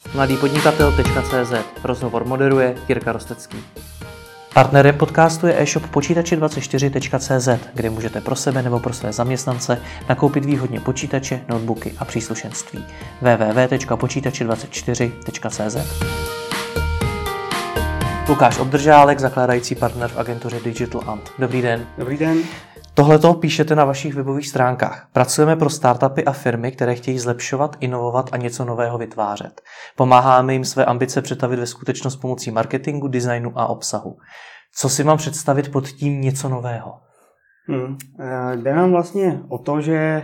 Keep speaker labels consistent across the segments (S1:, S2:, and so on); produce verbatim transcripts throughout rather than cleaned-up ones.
S1: mladý podnikatel tečka cé zet. Rozhovor moderuje Jirka Rostecký. Partnerem podcastu je e-shop počítače dvacet čtyři tečka cé zet, kde můžete pro sebe nebo pro své zaměstnance nakoupit výhodně počítače, notebooky a příslušenství. w w w tečka počítače dvacet čtyři tečka cé zet. Lukáš Obdržálek, zakládající partner v agentuře Digital Ant. Dobrý den.
S2: Dobrý den.
S1: Tohle toho píšete na vašich webových stránkách. Pracujeme pro startupy a firmy, které chtějí zlepšovat, inovovat a něco nového vytvářet. Pomáháme jim své ambice přetavit ve skutečnost pomocí marketingu, designu a obsahu. Co si mám představit pod tím něco nového?
S2: Hmm. Jde nám vlastně o to, že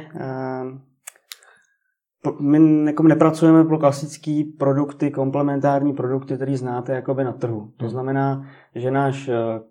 S2: my jako nepracujeme pro klasické produkty, komplementární produkty, které znáte jakoby na trhu. To znamená, že náš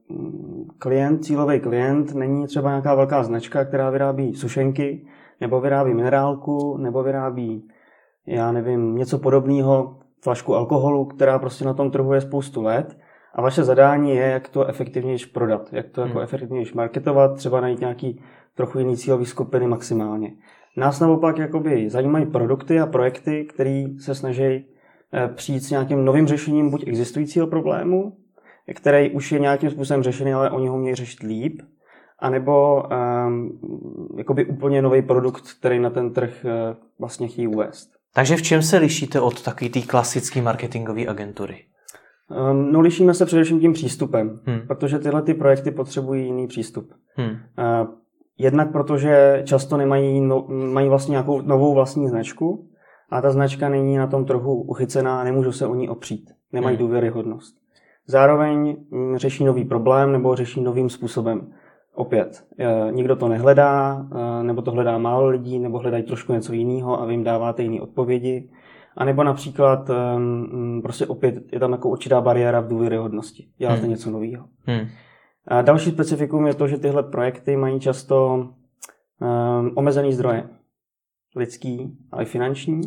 S2: klient, cílový klient, není třeba nějaká velká značka, která vyrábí sušenky, nebo vyrábí minerálku, nebo vyrábí, já nevím, něco podobného, flašku alkoholu, která prostě na tom trhu je spoustu let. A vaše zadání je, jak to efektivněji prodat, jak to jako hmm. efektivněji marketovat, třeba najít nějaký trochu jiný cílový skupiny maximálně. Nás naopak jakoby zajímají produkty a projekty, které se snaží přijít s nějakým novým řešením buď existujícího problému, který už je nějakým způsobem řešený, ale oni ho umějí řešit líp, anebo um, jakoby úplně nový produkt, který na ten trh uh, vlastně chtějí uvést.
S1: Takže v čem se lišíte od takové té klasické marketingové agentury?
S2: Um, no lišíme se především tím přístupem,
S1: hmm.
S2: protože tyhle ty projekty potřebují jiný přístup.
S1: Hmm.
S2: Uh, Jednak protože často nemají no, mají vlastně nějakou novou vlastní značku a ta značka není na tom trhu uchycená a nemůžou se o ní opřít. Nemají
S1: hmm.
S2: důvěryhodnost. Zároveň m, řeší nový problém nebo řeší novým způsobem. Opět, e, nikdo to nehledá, e, nebo to hledá málo lidí, nebo hledají trošku něco jiného a vy jim dáváte jiné odpovědi. A nebo například e, m, prostě opět je tam jako určitá bariéra v důvěryhodnosti. Děláte hmm. něco nového.
S1: Hmm.
S2: A další specifikum je to, že tyhle projekty mají často um, omezený zdroje. Lidský, ale i finanční.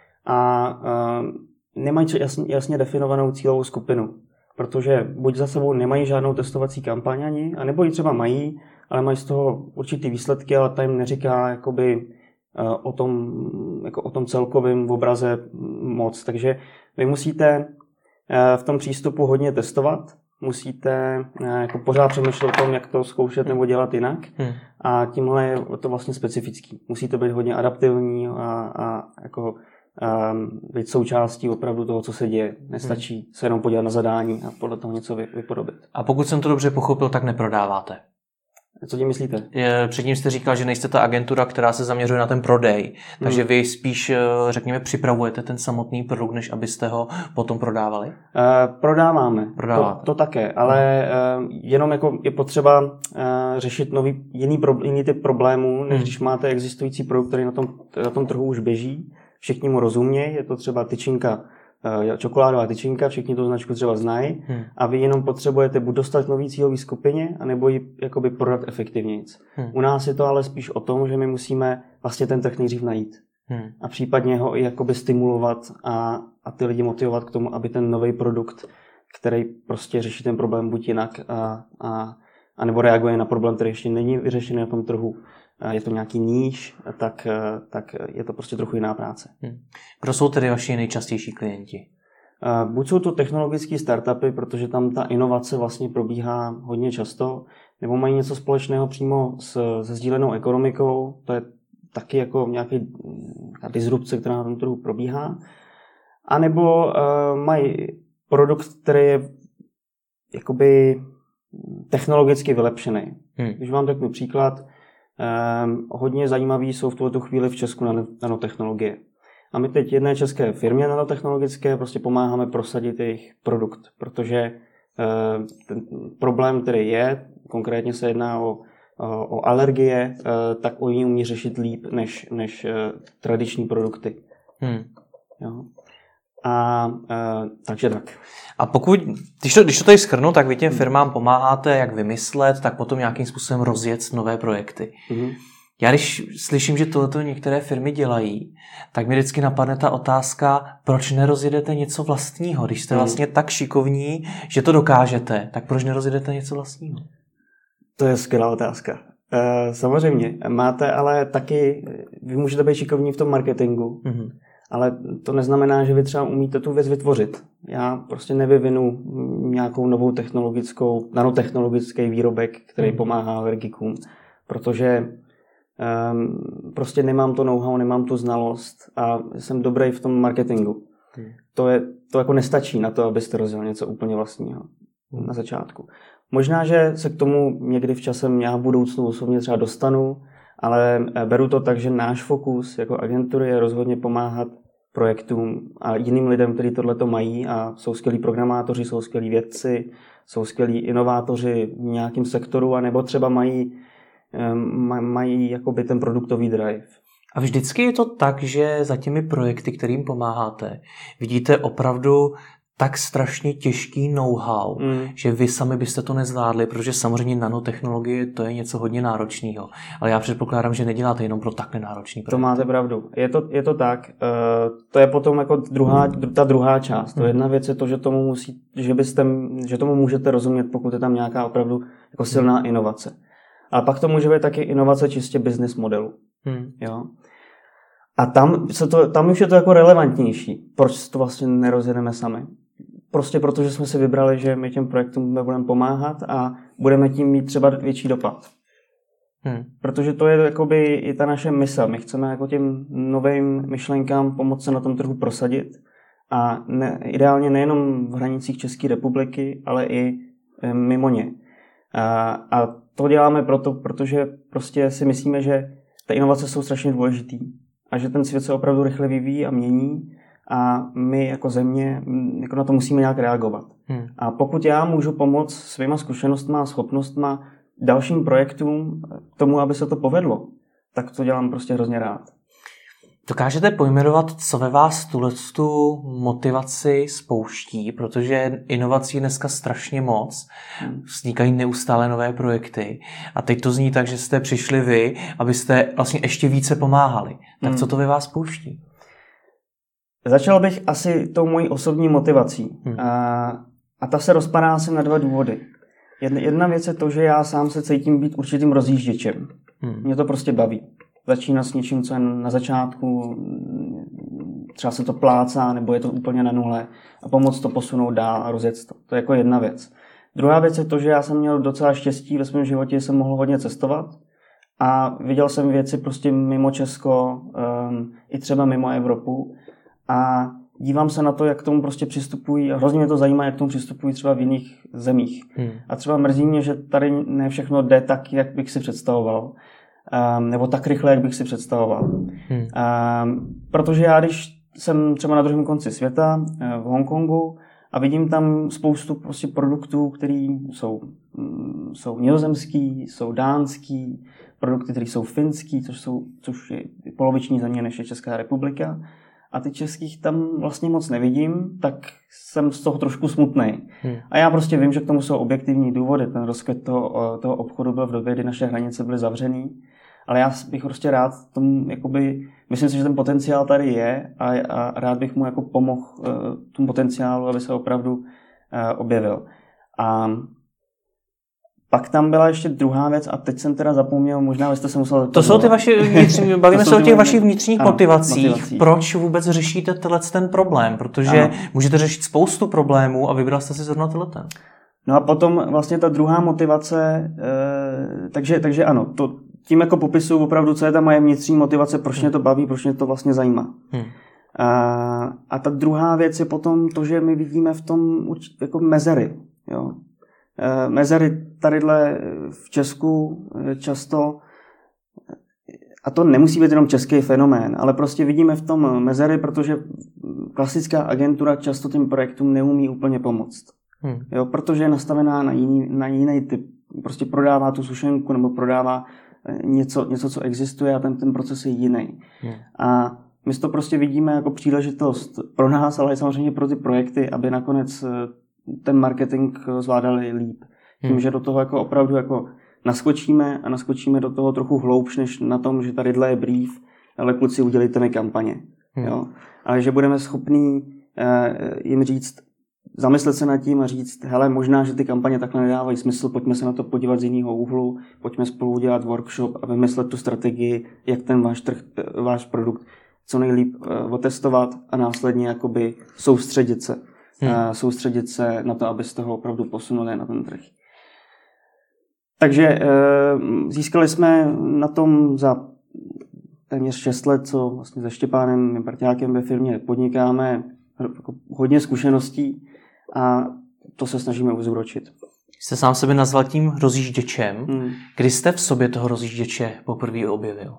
S2: A um, nemají jasně, jasně definovanou cílovou skupinu. Protože buď za sebou nemají žádnou testovací kampaň ani, anebo ji třeba mají, ale mají z toho určitý výsledky, ale ta jim neříká jakoby, uh, o, tom, jako o tom celkovém obraze moc. Takže vy musíte uh, v tom přístupu hodně testovat, musíte jako pořád přemýšlet o tom, jak to zkoušet nebo dělat jinak. Hmm. A tímhle je to vlastně specifický. Musíte být hodně adaptivní a, a jako a být součástí opravdu toho, co se děje. Nestačí hmm. se jenom podívat na zadání a podle toho něco vypodobit.
S1: A pokud jsem to dobře pochopil, tak neprodáváte.
S2: Co tím myslíte?
S1: Předtím jste říkal, že nejste ta agentura, která se zaměřuje na ten prodej. Takže hmm. vy spíš, řekněme, připravujete ten samotný produkt, než abyste ho potom prodávali?
S2: Uh, prodáváme.
S1: Prodáváte.
S2: To, to také, ale uh, jenom jako je potřeba uh, řešit nový, jiný, pro, jiný typ problémů, než hmm. když máte existující produkt, který na tom, na tom trhu už běží. Všichni mu rozumějí, je to třeba tyčinka, čokoládová tyčinka, všichni tu značku třeba znají hmm. a vy jenom potřebujete buď dostat nový cílový skupině, anebo ji jakoby prodat efektivněji. Hmm. U nás je to ale spíš o tom, že my musíme vlastně ten trh nejdřív najít hmm. a případně ho i jakoby stimulovat a, a ty lidi motivovat k tomu, aby ten nový produkt, který prostě řeší ten problém buď jinak a, a, a nebo reaguje na problém, který ještě není vyřešený na tom trhu, je to nějaký níž, tak, tak je to prostě trochu jiná práce.
S1: Hmm. Kdo jsou tedy vaši nejčastější klienti?
S2: Buď jsou to technologické startupy, protože tam ta inovace vlastně probíhá hodně často, nebo mají něco společného přímo s, se sdílenou ekonomikou, to je taky jako nějaký, nějaká disrupce, která na tom trhu probíhá, a nebo uh, mají produkt, který je jakoby technologicky vylepšený. Hmm. Když vám řeknu příklad, Um, hodně zajímavý jsou v tuto chvíli v Česku nanotechnologie. A my teď jedné české firmě nanotechnologické prostě pomáháme prosadit jejich produkt, protože uh, ten problém, který je, konkrétně se jedná o, o, o alergie, uh, tak oni umí řešit líp než, než uh, tradiční produkty. Hmm. Jo. A uh, takže tak.
S1: A pokud, když to, když to tady shrnu, tak vy těm firmám pomáháte jak vymyslet, tak potom nějakým způsobem rozjet nové projekty. Mm-hmm. Já když slyším, že tohleto některé firmy dělají, tak mi vždycky napadne ta otázka, proč nerozjedete něco vlastního? Když jste vlastně tak šikovní, že to dokážete, tak proč nerozjedete něco vlastního?
S2: To je skvělá otázka. E, samozřejmě, máte ale taky, vy můžete být šikovní v tom marketingu, mm-hmm. ale to neznamená, že vy třeba umíte tu věc vytvořit. Já prostě nevyvinu nějakou novou technologickou, nanotechnologický výrobek, který hmm. pomáhá alergikům, protože um, prostě nemám to know-how, nemám tu znalost a jsem dobrý v tom marketingu. Hmm. To, je, to jako nestačí na to, abyste rozjel něco úplně vlastního hmm. na začátku. Možná, že se k tomu někdy v časem já v budoucnu osobně třeba dostanu, ale beru to tak, že náš fokus jako agentury je rozhodně pomáhat projektům a jiným lidem, kteří tohleto mají a jsou skvělí programátoři, jsou skvělí vědci, jsou skvělí inovátoři v nějakém sektoru, anebo třeba mají, mají jakoby ten produktový drive.
S1: A vždycky je to tak, že za těmi projekty, kterým pomáháte, vidíte opravdu tak strašně těžký know-how, mm. že vy sami byste to nezvládli, protože samozřejmě nanotechnologie to je něco hodně náročného. Ale já předpokládám, že neděláte jenom pro takhle náročný projekt.
S2: To máte pravdu. Je to, je to tak. Uh, to je potom jako druhá, ta druhá část. To jedna věc je to, že tomu, musí, že byste, že tomu můžete rozumět, pokud je tam nějaká opravdu jako silná mm. inovace. Ale pak to může být taky inovace čistě business modelu. Mm. Jo? A tam, se to, tam už je to jako relevantnější. Proč to vlastně nerozjedeme sami? Prostě protože jsme si vybrali, že my těm projektům budeme pomáhat a budeme tím mít třeba větší dopad. Hmm. Protože to je jakoby i ta naše mise. My chceme jako těm novým myšlenkám pomoct se na tom trhu prosadit. A ne, ideálně nejenom v hranicích České republiky, ale i e, mimo ně. A, a to děláme proto, protože prostě si myslíme, že ty inovace jsou strašně důležitý. A že ten svět se opravdu rychle vyvíjí a mění a my jako země jako na to musíme nějak reagovat. Hmm. A pokud já můžu pomoct svýma zkušenostma a schopnostma dalším projektům k tomu, aby se to povedlo, tak to dělám prostě hrozně rád.
S1: Dokážete pojmenovat, co ve vás tu motivaci spouští, protože inovací dneska strašně moc, vznikají neustále nové projekty a teď to zní tak, že jste přišli vy, abyste vlastně ještě více pomáhali. Tak hmm. co to ve vás spouští?
S2: Začal bych asi tou mojí osobní motivací hmm. a, a ta se rozpadá asi na dva důvody. Jedna, jedna věc je to, že já sám se cítím být určitým rozjížděčem. Hmm. Mě to prostě baví. Začínat s něčím, co je na začátku, třeba se to plácá, nebo je to úplně na nule a pomoct to posunout dál a rozjet to. To je jako jedna věc. Druhá věc je to, že já jsem měl docela štěstí ve svém životě, jsem mohl hodně cestovat a viděl jsem věci prostě mimo Česko, um, i třeba mimo Evropu a dívám se na to, jak k tomu prostě přistupují a hrozně mě to zajímá, jak k tomu přistupují třeba v jiných zemích. Hmm. A třeba mrzí mě, že tady ne všechno jde tak, jak bych si představoval. Um, nebo tak rychle, jak bych si představoval. Hmm. Um, protože já, když jsem třeba na druhém konci světa, v Hongkongu, a vidím tam spoustu prostě produktů, které jsou, um, jsou nizozemský, jsou dánský, produkty, které jsou finský, což, jsou, což je poloviční země než je Česká republika. A ty českých tam vlastně moc nevidím, tak jsem z toho trošku smutnej. Hmm. A já prostě vím, že k tomu jsou objektivní důvody. Ten rozkvět toho, toho obchodu byl v době, kdy naše hranice byly zavřený. Ale já bych prostě rád tomu, jakoby, myslím si, že ten potenciál tady je a, a rád bych mu jako pomohl uh, tomu potenciálu, aby se opravdu uh, objevil. A pak tam byla ještě druhá věc a teď jsem teda zapomněl, možná jste se musel...
S1: To jsou ty vaše vnitřní, bavíme se o těch vašich vnitřních ano, motivacích. motivacích. Proč vůbec řešíte tenhle ten problém? Protože ano. můžete řešit spoustu problémů a vybral jste si zrovna tenhle ten.
S2: No a potom vlastně ta druhá motivace, eh, takže, takže ano, to, tím jako popisuju opravdu, co je ta moje vnitřní motivace, proč mě to baví, proč mě to vlastně zajímá. Hmm. A, a ta druhá věc je potom to, že my vidíme v tom jako mezery, jo. Mezery tadyhle v Česku často, a to nemusí být jenom český fenomén, ale prostě vidíme v tom mezery, protože klasická agentura často těm projektům neumí úplně pomoct. Hmm. Jo, protože je nastavená na jiný, na jiný typ. Prostě prodává tu sušenku nebo prodává něco, něco co existuje a ten, ten proces je jiný. Hmm. A my to prostě vidíme jako příležitost pro nás, ale samozřejmě pro ty projekty, aby nakonec ten marketing zvládali líp. Tím, hmm. že do toho jako opravdu jako naskočíme a naskočíme do toho trochu hloubš, než na tom, že tadyhle je brief, ale kluci udělejte mi kampaně. Hmm. Jo? Ale že budeme schopní eh, jim říct, zamyslet se nad tím a říct, hele, možná, že ty kampaně takhle nedávají smysl, pojďme se na to podívat z jiného úhlu, pojďme spolu udělat workshop a vymyslet tu strategii, jak ten váš, trh, váš produkt co nejlíp uh, otestovat a následně jakoby soustředit se. Hmm. Uh, soustředit se na to, aby z toho opravdu posunuli na ten trh. Takže uh, získali jsme na tom za téměř šest let, co vlastně se Štěpánem, mým parťákem ve firmě podnikáme, jako hodně zkušeností a to se snažíme uzúročit.
S1: Jste sám sebe nazval tím rozjížděčem.
S2: Hmm.
S1: Kdy jste v sobě toho rozjížděče poprvé objevil?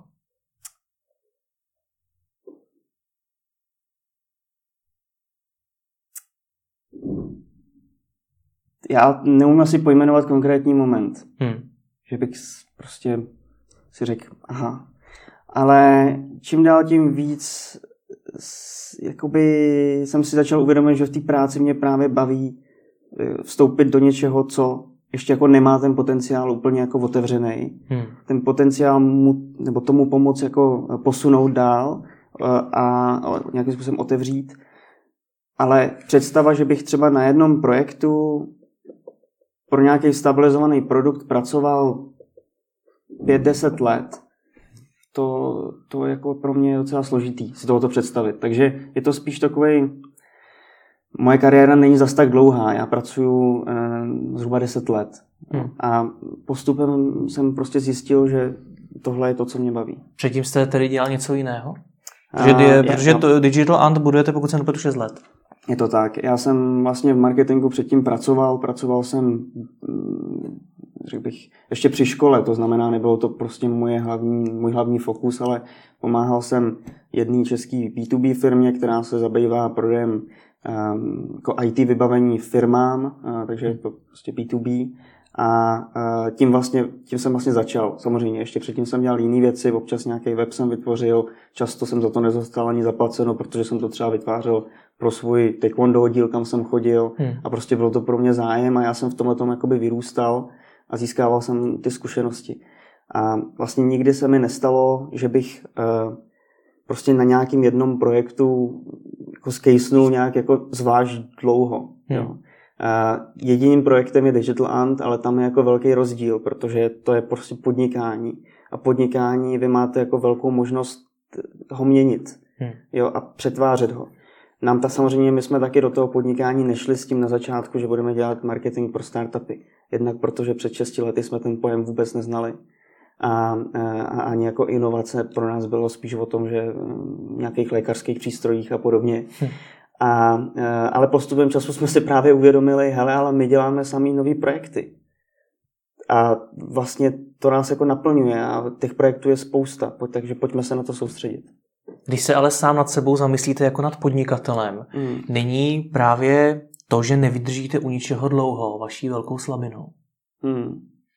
S2: Já neumím asi pojmenovat konkrétní moment.
S1: Hmm.
S2: Že bych prostě si řekl, aha. Ale čím dál tím víc jakoby jsem si začal uvědomit, že v té práci mě právě baví vstoupit do něčeho, co ještě jako nemá ten potenciál úplně jako otevřený. Hmm. Ten potenciál mu, nebo tomu pomoct jako posunout dál a nějakým způsobem otevřít. Ale představa, že bych třeba na jednom projektu pro nějaký stabilizovaný produkt pracoval pět deset let, to, to jako pro mě je docela složitý si tohoto představit. Takže je to spíš takovej, moje kariéra není zas tak dlouhá, já pracuju eh, zhruba deset let hmm. a postupem jsem prostě zjistil, že tohle je to, co mě baví.
S1: Předtím jste tedy dělal něco jiného? Protože, je, protože no. to Digital Ant budujete, pokud jsem nepletu, šest let.
S2: Je to tak. Já jsem vlastně v marketingu předtím pracoval, pracoval jsem, řekl bych, ještě při škole, to znamená, nebylo to prostě moje hlavní, můj hlavní fokus, ale pomáhal jsem jedné české bé dvě bé firmě, která se zabývá prodejem um, jako í té vybavení firmám, uh, takže je to prostě bé dvě bé. A uh, tím, vlastně, tím jsem vlastně začal. Samozřejmě ještě předtím jsem dělal jiné věci, občas nějaký web jsem vytvořil, často jsem za to nezostal ani zaplaceno, protože jsem to třeba vytvářel pro svůj taekwondo oddíl, kam jsem chodil hmm. a prostě bylo to pro mě zájem a já jsem v tomhle tom jakoby vyrůstal a získával jsem ty zkušenosti. A vlastně nikdy se mi nestalo, že bych uh, prostě na nějakým jednom projektu jako skejsnul nějak jako zvlášť dlouho. Hmm. Jo. Uh, jediným projektem je Digital Ant, ale tam je jako velký rozdíl, protože to je prostě podnikání. A podnikání vy máte jako velkou možnost ho měnit hmm. jo, a přetvářet ho. Nám ta samozřejmě, my jsme taky do toho podnikání nešli s tím na začátku, že budeme dělat marketing pro startupy. Jednak protože před šesti lety jsme ten pojem vůbec neznali. A, a, a ani jako inovace pro nás bylo spíš o tom, že v nějakých lékařských přístrojích a podobně. Hmm. A, ale postupem času jsme si právě uvědomili, hele, ale my děláme samý nový projekty. A vlastně to nás jako naplňuje a těch projektů je spousta, takže pojďme se na to soustředit.
S1: Když se ale sám nad sebou zamyslíte jako nad podnikatelem, hmm. není právě to, že nevydržíte u ničeho dlouho, vaší velkou slabinou? Hmm.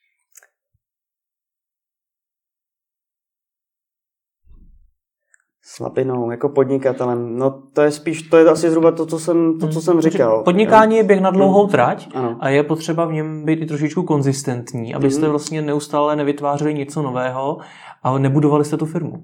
S2: Slabinou, jako podnikatelem. No to je spíš, to je asi zhruba to, co jsem, to, co jsem říkal.
S1: Podnikání je běh na dlouhou trať
S2: ano.
S1: a je potřeba v něm být i trošičku konzistentní, abyste mm. vlastně neustále nevytvářeli něco nového a nebudovali jste tu firmu.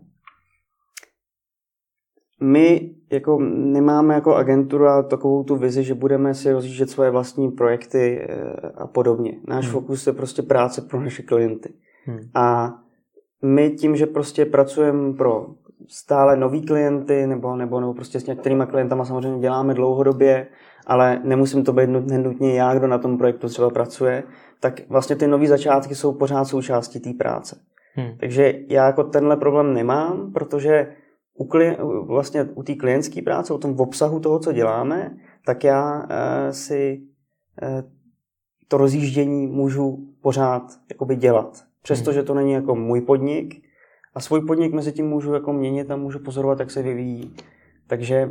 S2: My jako nemáme jako agentura takovou tu vizi, že budeme si rozjíždět svoje vlastní projekty a podobně. Náš hmm. fokus je prostě práce pro naše klienty. Hmm. A my tím, že prostě pracujeme pro stále nový klienty nebo, nebo, nebo prostě s některýma klientama samozřejmě děláme dlouhodobě, ale nemusím to být nutně já, kdo na tom projektu třeba pracuje, tak vlastně ty nový začátky jsou pořád součástí té práce. Hmm. Takže já jako tenhle problém nemám, protože u, klien, vlastně u té klientské práce, u tom obsahu toho, co děláme, tak já uh, si uh, to rozjíždění můžu pořád jakoby dělat. Přestože to není jako můj podnik a svůj podnik mezi tím můžu jako měnit a můžu pozorovat, jak se vyvíjí. Takže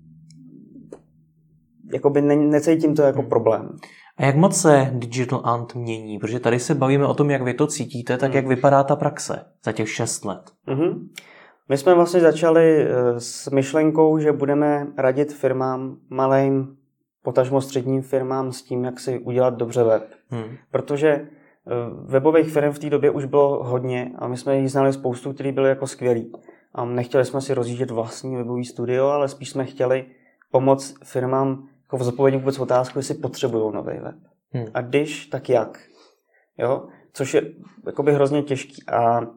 S2: jakoby ne, necítím to jako problém.
S1: A jak moc se Digital Ant mění? Protože tady se bavíme o tom, jak vy to cítíte, tak jak vypadá ta praxe za těch šest let.
S2: Mm-hmm. My jsme vlastně začali s myšlenkou, že budeme radit firmám, malým, potažmo středním firmám s tím, jak si udělat dobře web. Hmm. Protože webových firm v té době už bylo hodně a my jsme jich znali spoustu, který byly jako skvělý. A nechtěli jsme si rozjíždět vlastní webový studio, ale spíš jsme chtěli pomoct firmám jako zodpovědět vůbec otázku, jestli potřebují nový web. Hmm. A když, tak jak. Jo? Což je jakoby hrozně těžký. A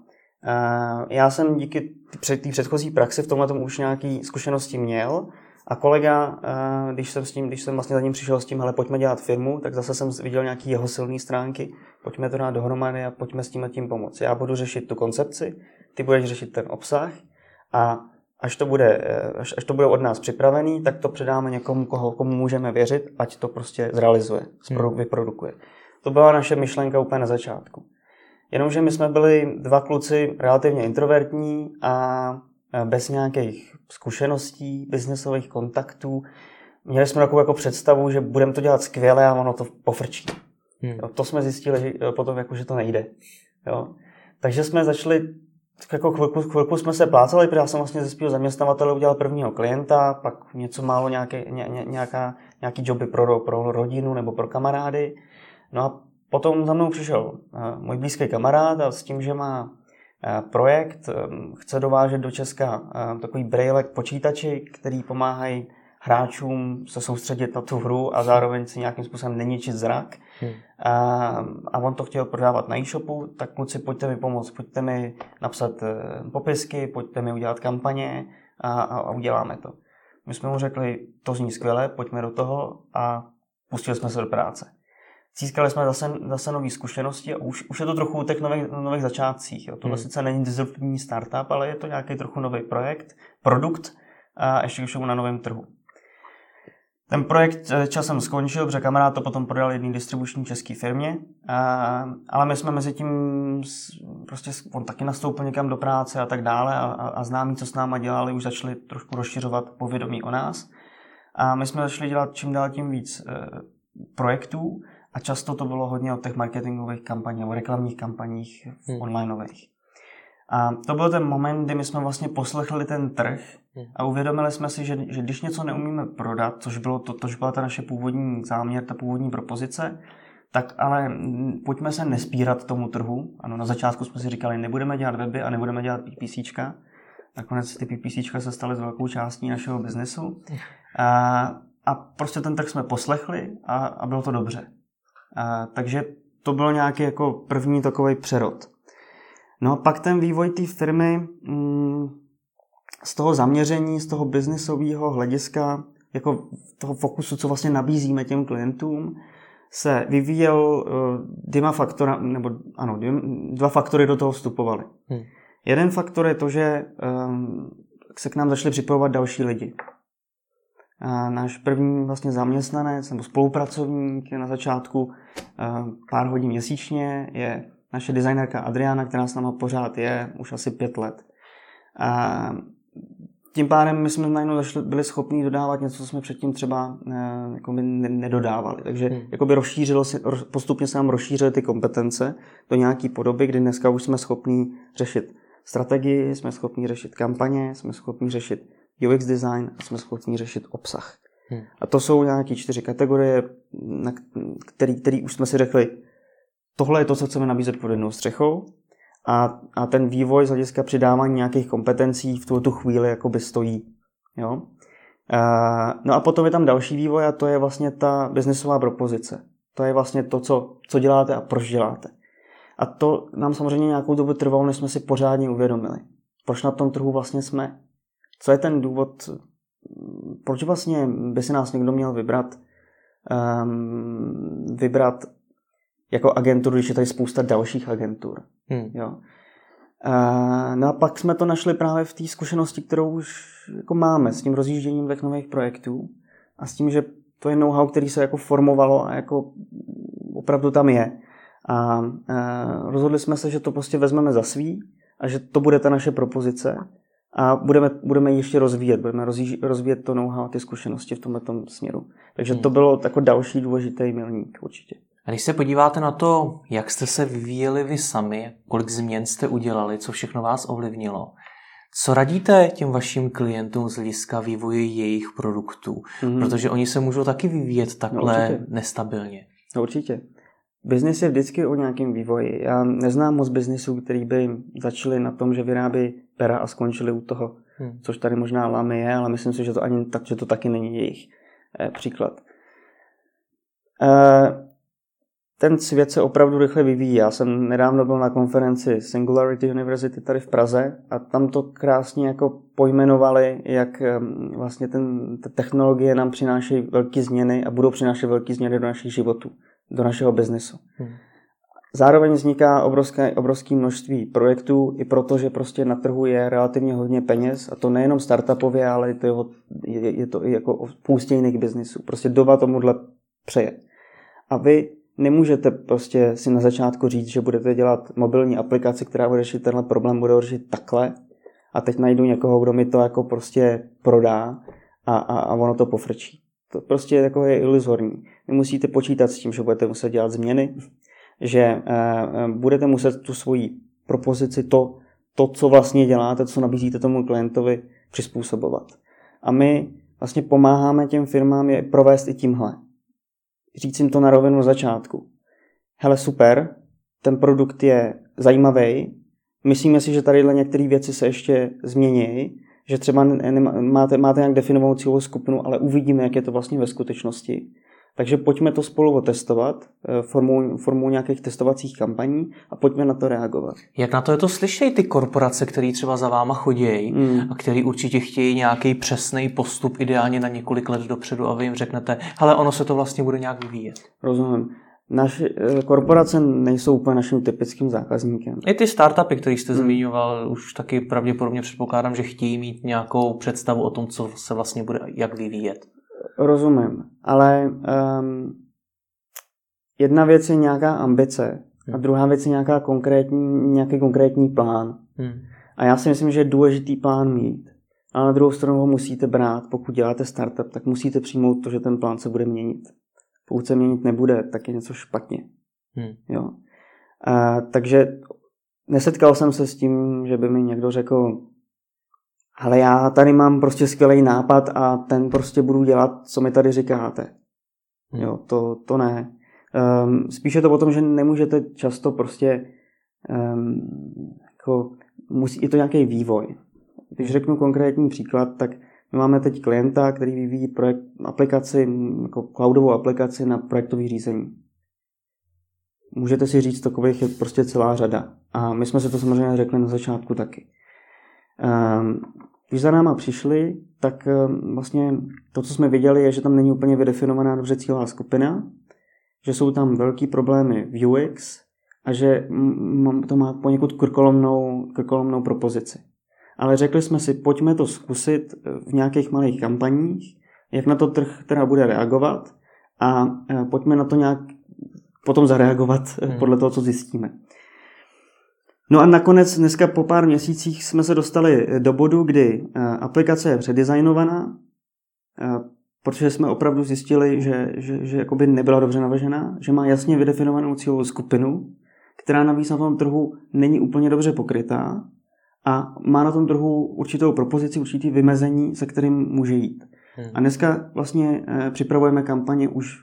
S2: Já jsem díky té předchozí praxi v tomhle tomu už nějaký zkušenosti měl a kolega, když jsem, s tím, když jsem vlastně za ním přišel s tím, hele, pojďme dělat firmu, tak zase jsem viděl nějaké jeho silné stránky, pojďme to dát dohromady a pojďme s tím a tím pomoct. Já budu řešit tu koncepci, ty budeš řešit ten obsah a až to bude, až, až to bude od nás připravený, tak to předáme někomu, koho, komu můžeme věřit, ať to prostě zrealizuje, hmm. vyprodukuje. To byla naše myšlenka úplně na začátku. Jenomže my jsme byli dva kluci relativně introvertní a bez nějakých zkušeností, biznesových kontaktů. Měli jsme takovou jako představu, že budeme to dělat skvěle a ono to pofrčí. Hmm. Jo, to jsme zjistili že potom, jako, že to nejde. Jo. Takže jsme začali, jako chvilku, chvilku jsme se plácali, protože já jsem vlastně ze svého zaměstnavatele udělal prvního klienta, pak něco málo nějaké, ně, ně, nějaká, nějaký joby pro, pro rodinu nebo pro kamarády. No a potom za mnou přišel uh, můj blízký kamarád a s tím, že má uh, projekt, um, chce dovážet do Česka uh, takový braille počítači, který pomáhají hráčům se soustředit na tu hru a zároveň si nějakým způsobem neničit zrak. Hmm. Uh, a on to chtěl prodávat na e-shopu, tak kluci, pojďte mi pomoct, pojďte mi napsat uh, popisky, pojďte mi udělat kampaně a, a, a uděláme to. My jsme mu řekli, to zní skvěle, pojďme do toho a pustili jsme se do práce. Získali jsme zase, zase nové zkušenosti a už, už je to trochu u těch nových, nových začátcích. Jo. Tohle hmm. sice není disruptivní startup, ale je to nějaký trochu nový projekt, produkt a ještě už na novém trhu. Ten projekt časem skončil, protože kamarád to potom prodal jedné distribuční české firmě, a, ale my jsme mezi tím, prostě on taky nastoupil někam do práce a tak dále a, a, a známí, co s náma dělali, už začali trošku rozšiřovat povědomí o nás. A my jsme začali dělat čím dál tím víc e, projektů, a často to bylo hodně o těch marketingových kampaních, o reklamních kampaních
S1: hmm.
S2: onlineových. A to byl ten moment, kdy my jsme vlastně poslechli ten trh a uvědomili jsme si, že, že když něco neumíme prodat, což, bylo to, což byla ta naše původní záměr, ta původní propozice, tak ale pojďme se nespírat tomu trhu. Ano, na začátku jsme si říkali, nebudeme dělat weby a nebudeme dělat PPCčka. Nakonec ty PPCčka se staly z velkou částí našeho biznesu. A, a prostě ten trh jsme poslechli a, a bylo to dobře. A, takže to byl nějaký jako první takový přerod. No a pak ten vývoj té firmy mm, z toho zaměření, z toho biznisového hlediska, jako toho fokusu, co vlastně nabízíme těm klientům, se vyvíjel uh, dvěma faktora, nebo ano, dvě, dva faktory do toho vstupovaly. Hmm. Jeden faktor je to, že um, se k nám začali připojovat další lidi. A náš první vlastně zaměstnanec nebo spolupracovník na začátku uh, pár hodin měsíčně je naše designérka Adriana, která s náma pořád je už asi pět let. A tím pádem my jsme najednou byli schopni dodávat něco, co jsme předtím třeba uh, jako nedodávali. Takže hmm. jakoby rozšířilo se, postupně se nám rozšířily ty kompetence do nějaké podoby, kdy dneska už jsme schopni řešit strategii, jsme schopni řešit kampaně, jsme schopni řešit U X design a jsme schopni řešit obsah. Hmm. A to jsou nějaké čtyři kategorie, na který, který už jsme si řekli, tohle je to, co chceme nabízet pod jednou střechou a, a ten vývoj z hlediska přidávání nějakých kompetencí v tu chvíli jakoby stojí. Jo? A, no a potom je tam další vývoj a to je vlastně ta biznesová propozice. To je vlastně to, co, co děláte a proč děláte. A to nám samozřejmě nějakou dobu trvalo, než jsme si pořádně uvědomili. Proč na tom trhu vlastně jsme? Co je ten důvod, proč vlastně by si nás někdo měl vybrat, um, vybrat jako agenturu, když je tady spousta dalších agentur. Hmm. Jo. Uh, no a pak jsme to našli právě v té zkušenosti, kterou už jako máme s tím rozjížděním těch nových projektů a s tím, že to je know-how, který se jako formovalo a jako opravdu tam je. A uh, rozhodli jsme se, že to prostě vezmeme za svý a že to bude ta naše propozice a budeme, budeme ji ještě rozvíjet. Budeme rozvíjet, rozvíjet to know-how a ty zkušenosti v tomto směru. Takže hmm. to bylo jako další důležitý milník určitě.
S1: A když se podíváte na to, jak jste se vyvíjeli vy sami, kolik změn jste udělali, co všechno vás ovlivnilo, co radíte těm vašim klientům z hlediska vývoje jejich produktů? Mm-hmm. Protože oni se můžou taky vyvíjet takhle no, nestabilně.
S2: No, určitě. Biznis je vždycky o nějakém vývoji. Já neznám moc biznisů, který by začali na tom, že vyrábí pera a skončili u toho, hmm. což tady možná Lamy je, ale myslím si, že to, ani, tak, že to taky není jejich eh, příklad. Eh, ten svět se opravdu rychle vyvíjí. Já jsem nedávno byl na konferenci Singularity University tady v Praze a tam to krásně jako pojmenovali, jak vlastně ten, ta technologie nám přináší velké změny a budou přinášet velké změny do našich životů, do našeho biznesu. Hmm. Zároveň vzniká obrovské, obrovské množství projektů i proto, že prostě na trhu je relativně hodně peněz a to nejenom startupově, ale je to, je, je to i jako o spoustě jiných biznisů. Prostě doba tomuhle přeje. A vy nemůžete prostě si na začátku říct, že budete dělat mobilní aplikaci, která bude řešit tenhle problém, bude řešit takhle a teď najdu někoho, kdo mi to jako prostě prodá a, a, a ono to pofrčí. To prostě jako je iluzorní. Vy musíte počítat s tím, že budete muset dělat změny, že eh, budete muset tu svoji propozici, to, to, co vlastně děláte, co nabízíte tomu klientovi, přizpůsobovat. A my vlastně pomáháme těm firmám je provést i tímhle. Říct jim to na rovinu na začátku. Hele, super, ten produkt je zajímavý, myslíme si, že tadyhle některé věci se ještě změní, že třeba máte, máte nějak definovanou cílovou skupinu, ale uvidíme, jak je to vlastně ve skutečnosti. Takže pojďme to spolu otestovat formou, formou nějakých testovacích kampaní a pojďme na to reagovat.
S1: Jak na to je to slyšejí ty korporace, které třeba za váma chodí mm. a který určitě chtějí nějaký přesný postup ideálně na několik let dopředu a vy jim řeknete, hele, ono se to vlastně bude nějak vyvíjet.
S2: Rozumím. Naše korporace nejsou úplně naším typickým zákazníkem.
S1: I ty startupy, které jste mm. zmiňoval, už taky pravděpodobně předpokládám, že chtějí mít nějakou představu o tom, co se vlastně bude jak vyvíjet.
S2: Rozumím, ale um, jedna věc je nějaká ambice a druhá věc je nějaká konkrétní, nějaký konkrétní plán. Hmm. A já si myslím, že je důležitý plán mít. Ale na druhou stranu ho musíte brát. Pokud děláte startup, tak musíte přijmout to, že ten plán se bude měnit. Pokud se měnit nebude, tak je něco špatně. Hmm. Jo. A, takže nesetkal jsem se s tím, že by mi někdo řekl, ale já tady mám prostě skvělý nápad a ten prostě budu dělat, co mi tady říkáte. Jo, to, to ne. Um, spíše to o tom, že nemůžete často prostě um, jako, musí, je to nějaký vývoj. Když řeknu konkrétní příklad, tak my máme teď klienta, který vyvíjí projekt, aplikaci, jako cloudovou aplikaci na projektové řízení. Můžete si říct, takových je prostě celá řada. A my jsme se to samozřejmě řekli na začátku taky. Um, když za náma přišli, tak um, vlastně to, co jsme viděli, je, že tam není úplně vydefinovaná dobře cílová skupina, že jsou tam velký problémy v U X a že m- to má poněkud krkolomnou, krkolomnou propozici. Ale řekli jsme si, pojďme to zkusit v nějakých malých kampaních, jak na to trh teda bude reagovat a uh, pojďme na to nějak potom zareagovat hmm. podle toho, co zjistíme. No a nakonec dneska po pár měsících jsme se dostali do bodu, kdy aplikace je předizajnovaná, protože jsme opravdu zjistili, že, že, že jakoby nebyla dobře navržená, že má jasně vydefinovanou cílovou skupinu, která navíc na tom trhu není úplně dobře pokrytá a má na tom trhu určitou propozici, určitý vymezení, se kterým může jít. Hmm. A dneska vlastně připravujeme kampaně už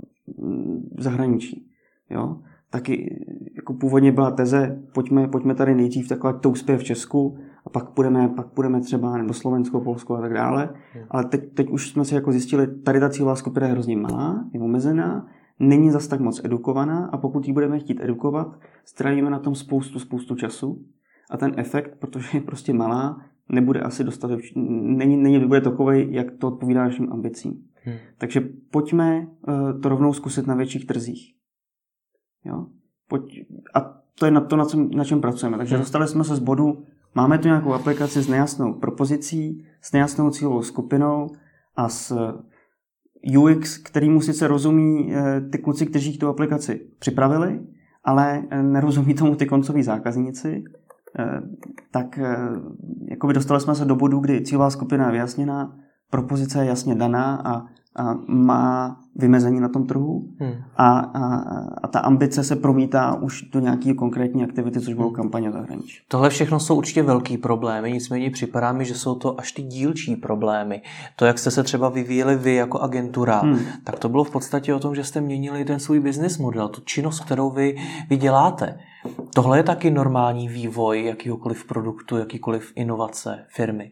S2: v zahraničí. Jo? Taky jako původně byla teze, pojďme, pojďme tady nejdřív takhle to uspěje v Česku a pak půjdeme, pak půjdeme třeba do Slovensko, Polsko a tak dále. Hmm. Ale teď, teď už jsme si jako zjistili, tady ta cílová skupina je hrozně malá, je omezená, není zas tak moc edukovaná a pokud ji budeme chtít edukovat, strávíme na tom spoustu, spoustu času a ten efekt, protože je prostě malá, nebude asi dostatečný, není, není nebude takovej, jak to odpovídá našim ambicím. Hmm. Takže pojďme uh, to rovnou zkusit na větších trzích. Jo? Pojď, a to je na to, na, čem, na čem pracujeme. Takže dostali jsme se z bodu, máme tu nějakou aplikaci s nejasnou propozicí, s nejasnou cílovou skupinou a s U X, kterýmu sice rozumí ty kluci, kteří tu aplikaci připravili, ale nerozumí tomu ty koncoví zákazníci, tak jakoby dostali jsme se do bodu, kdy cílová skupina je vyjasněná, propozice je jasně daná a, a má vymezení na tom trhu hmm. a, a, a ta ambice se promítá už do nějaké konkrétní aktivity, což budou kampaně zahraničí.
S1: Tohle všechno jsou určitě velký problémy, nicméně připadá mi, že jsou to až ty dílčí problémy. To, jak jste se třeba vyvíjeli vy jako agentura, hmm. tak to bylo v podstatě o tom, že jste měnili ten svůj business model, tu činnost, kterou vy, vy děláte. Tohle je taky normální vývoj jakýhokoliv produktu, jakýkoliv inovace firmy.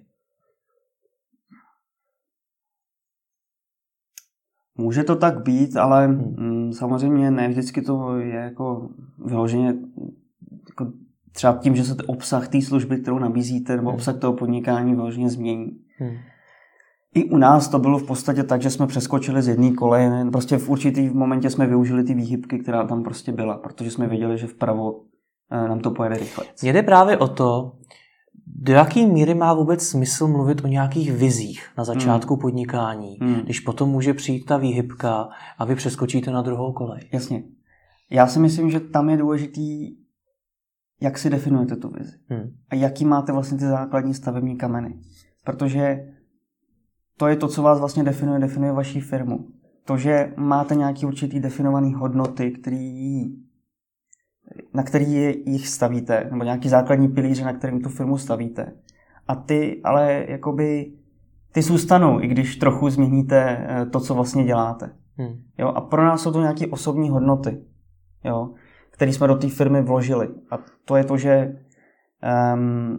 S2: Může to tak být, ale mm, samozřejmě ne vždycky to je jako vyloženě jako třeba tím, že se obsah té služby, kterou nabízíte, nebo obsah toho podnikání vyloženě změní. Hmm. I u nás to bylo v podstatě tak, že jsme přeskočili z jedné koleje. Prostě v určitý momentě jsme využili ty výhybky, která tam prostě byla, protože jsme věděli, že vpravo nám to pojede rychle.
S1: Mně jde právě o to, do jaké míry má vůbec smysl mluvit o nějakých vizích na začátku hmm. podnikání, hmm. když potom může přijít ta výhybka a vy přeskočíte na druhou kolej.
S2: Jasně. Já si myslím, že tam je důležitý, jak si definujete tu vizi. Hmm. A jaký máte vlastně ty základní stavební kameny. Protože to je to, co vás vlastně definuje, definuje vaši firmu. To, že máte nějaký určitý definovaný hodnoty, který, na který jich stavíte, nebo nějaký základní pilíře, na kterým tu firmu stavíte. A ty ale jakoby ty zůstanou, i když trochu změníte to, co vlastně děláte. Hmm. Jo? A pro nás jsou to nějaké osobní hodnoty, jo? Které jsme do té firmy vložili. A to je to, že um,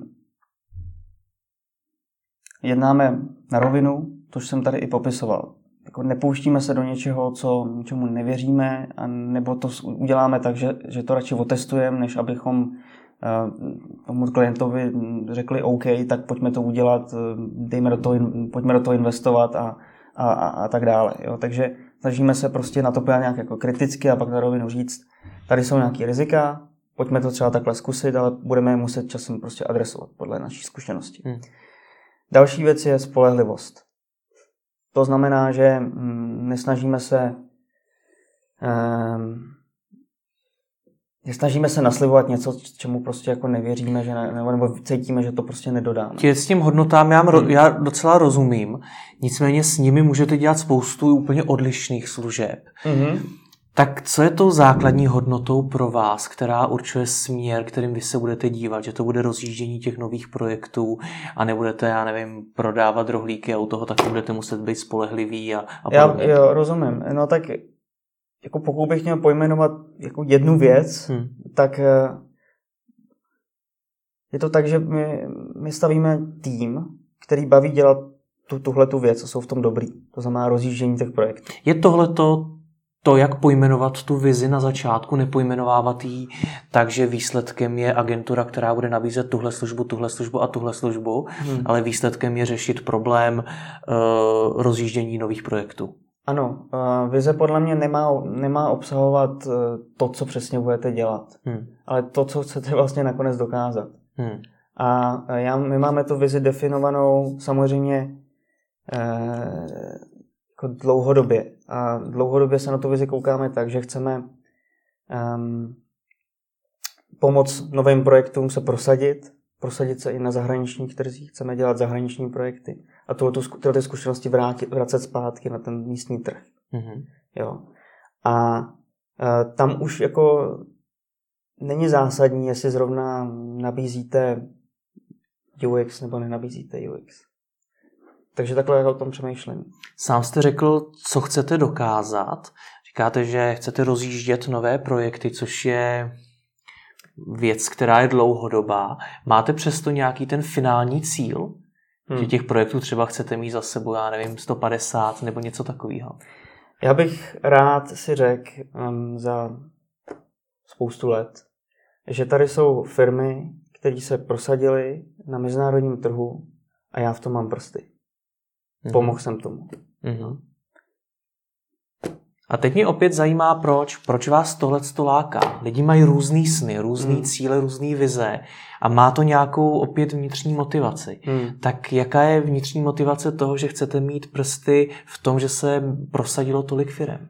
S2: jednáme na rovinu, to jsem tady i popisoval. Jako nepouštíme se do něčeho, co ničemu nevěříme, a nebo to uděláme tak, že, že to radši otestujeme, než abychom uh, tomu klientovi řekli OK, tak pojďme to udělat, dejme do toho, pojďme do toho investovat a, a, a, a tak dále. Jo. Takže snažíme se prostě na to podívat nějak jako kriticky a pak na rovinu říct, tady jsou nějaké rizika, pojďme to třeba takhle zkusit, ale budeme je muset časem prostě adresovat podle naší zkušenosti. Hmm. Další věc je spolehlivost. To znamená, že mm, nesnažíme se um, nesnažíme se naslibovat něco, čemu prostě jako nevěříme, že ne, nebo, nebo cítíme, že to prostě nedodáme. Tě
S1: s tím hodnotám já, hmm. já docela rozumím, nicméně s nimi můžete dělat spoustu úplně odlišných služeb. Hmm. Tak co je tou základní hodnotou pro vás, která určuje směr, kterým vy se budete dívat, že to bude rozjíždění těch nových projektů a nebudete, já nevím, prodávat rohlíky a u toho taky budete muset být spolehlivý a, a podobně?
S2: Já jo, rozumím. No tak jako pokud bych měl pojmenovat jako jednu věc, hmm. tak je to tak, že my, my stavíme tým, který baví dělat tu, tuhletu věc a jsou v tom dobrý. To znamená rozjíždění těch projektů.
S1: Je tohleto to, jak pojmenovat tu vizi na začátku, nepojmenovávat ji tak, že výsledkem je agentura, která bude nabízet tuhle službu, tuhle službu a tuhle službu, hmm. ale výsledkem je řešit problém uh, rozjíždění nových projektů.
S2: Ano, uh, vize podle mě nemá, nemá obsahovat uh, to, co přesně budete dělat, hmm. ale to, co chcete vlastně nakonec dokázat. Hmm. A uh, já, my máme tu vizi definovanou samozřejmě uh, jako dlouhodobě. A dlouhodobě se na tu vizi koukáme tak, že chceme um, pomoct novým projektům se prosadit, prosadit se i na zahraničních trzích, chceme dělat zahraniční projekty a tyhle, tyhle zkušenosti vrátit, vracet zpátky na ten místní trh. Mm-hmm. Jo. A uh, tam už jako není zásadní, jestli zrovna nabízíte U X nebo nenabízíte U X. Takže takhle jako o tom přemýšlím.
S1: Sám jste řekl, co chcete dokázat. Říkáte, že chcete rozjíždět nové projekty, což je věc, která je dlouhodobá. Máte přesto nějaký ten finální cíl? Hmm. Že těch projektů třeba chcete mít za sebou, já nevím, sto padesát nebo něco takového?
S2: Já bych rád si řekl um, za spoustu let, že tady jsou firmy, které se prosadily na mezinárodním trhu a já v tom mám prsty. Pomohl jsem tomu. Mm-hmm.
S1: A teď mě opět zajímá, proč. Proč vás tohleto láká? Lidi mají různý sny, různý mm. cíle, různý vize a má to nějakou opět vnitřní motivaci. Mm. Tak jaká je vnitřní motivace toho, že chcete mít prsty v tom, že se prosadilo tolik firem?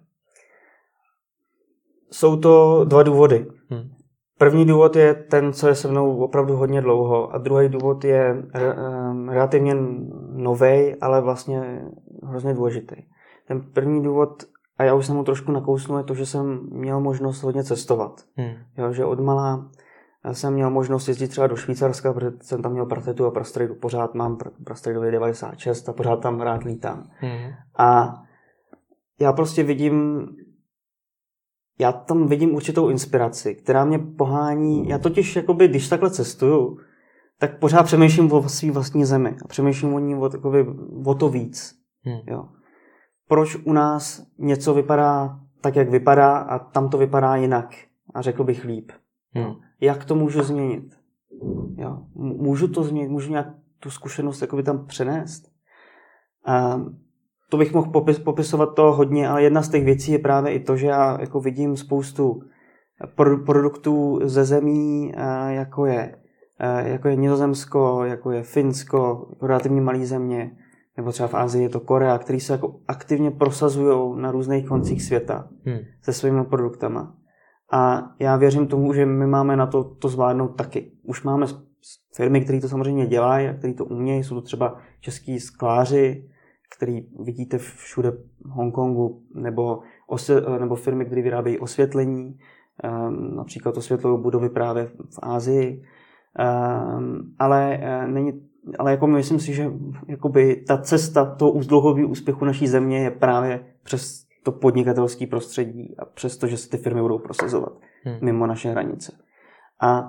S2: Jsou to dva důvody. Mm. První důvod je ten, co je se mnou opravdu hodně dlouho a druhý důvod je re, um, relativně novej, ale vlastně hrozně důležitý. Ten první důvod, a já už jsem mu trošku nakousnul, je to, že jsem měl možnost hodně cestovat. Hmm. Jo, že odmala jsem měl možnost jezdit třeba do Švýcarska, protože jsem tam měl Pratetu a Prastrejdu. Pořád mám Prastrejdu devadesát šest a pořád tam rád lítám. Hmm. A já prostě vidím Já tam vidím určitou inspiraci, která mě pohání. Já totiž, jakoby, když takhle cestuju, tak pořád přemýšlím o svý vlastní zemi. A přemýšlím o ní o, takový, o to víc. Hmm. Jo. Proč u nás něco vypadá tak, jak vypadá a tam to vypadá jinak. A řekl bych líp.
S1: Hmm.
S2: Jak to můžu změnit? Jo. Můžu to změnit? Můžu nějak tu zkušenost jakoby tam přenést? A to bych mohl popis, popisovat to hodně, ale jedna z těch věcí je právě i to, že já jako vidím spoustu produktů ze zemí, jako je, jako je Nizozemsko, jako je Finsko, jako relativně malé země, nebo třeba v Asii je to Korea, který se jako aktivně prosazují na různých koncích světa hmm. se svými produktama. A já věřím tomu, že my máme na to, to zvládnout taky. Už máme firmy, které to samozřejmě dělají a které to umějí. Jsou to třeba český skláři, který vidíte všude v Hongkongu, nebo, osvě- nebo firmy, které vyrábějí osvětlení. Um, například osvětlují budovy právě v Asii. Um, ale uh, není, ale jako myslím si, že jakoby ta cesta toho dlouhodobého úspěchu naší země je právě přes to podnikatelské prostředí a přes to, že se ty firmy budou prosazovat hmm. mimo naše hranice. A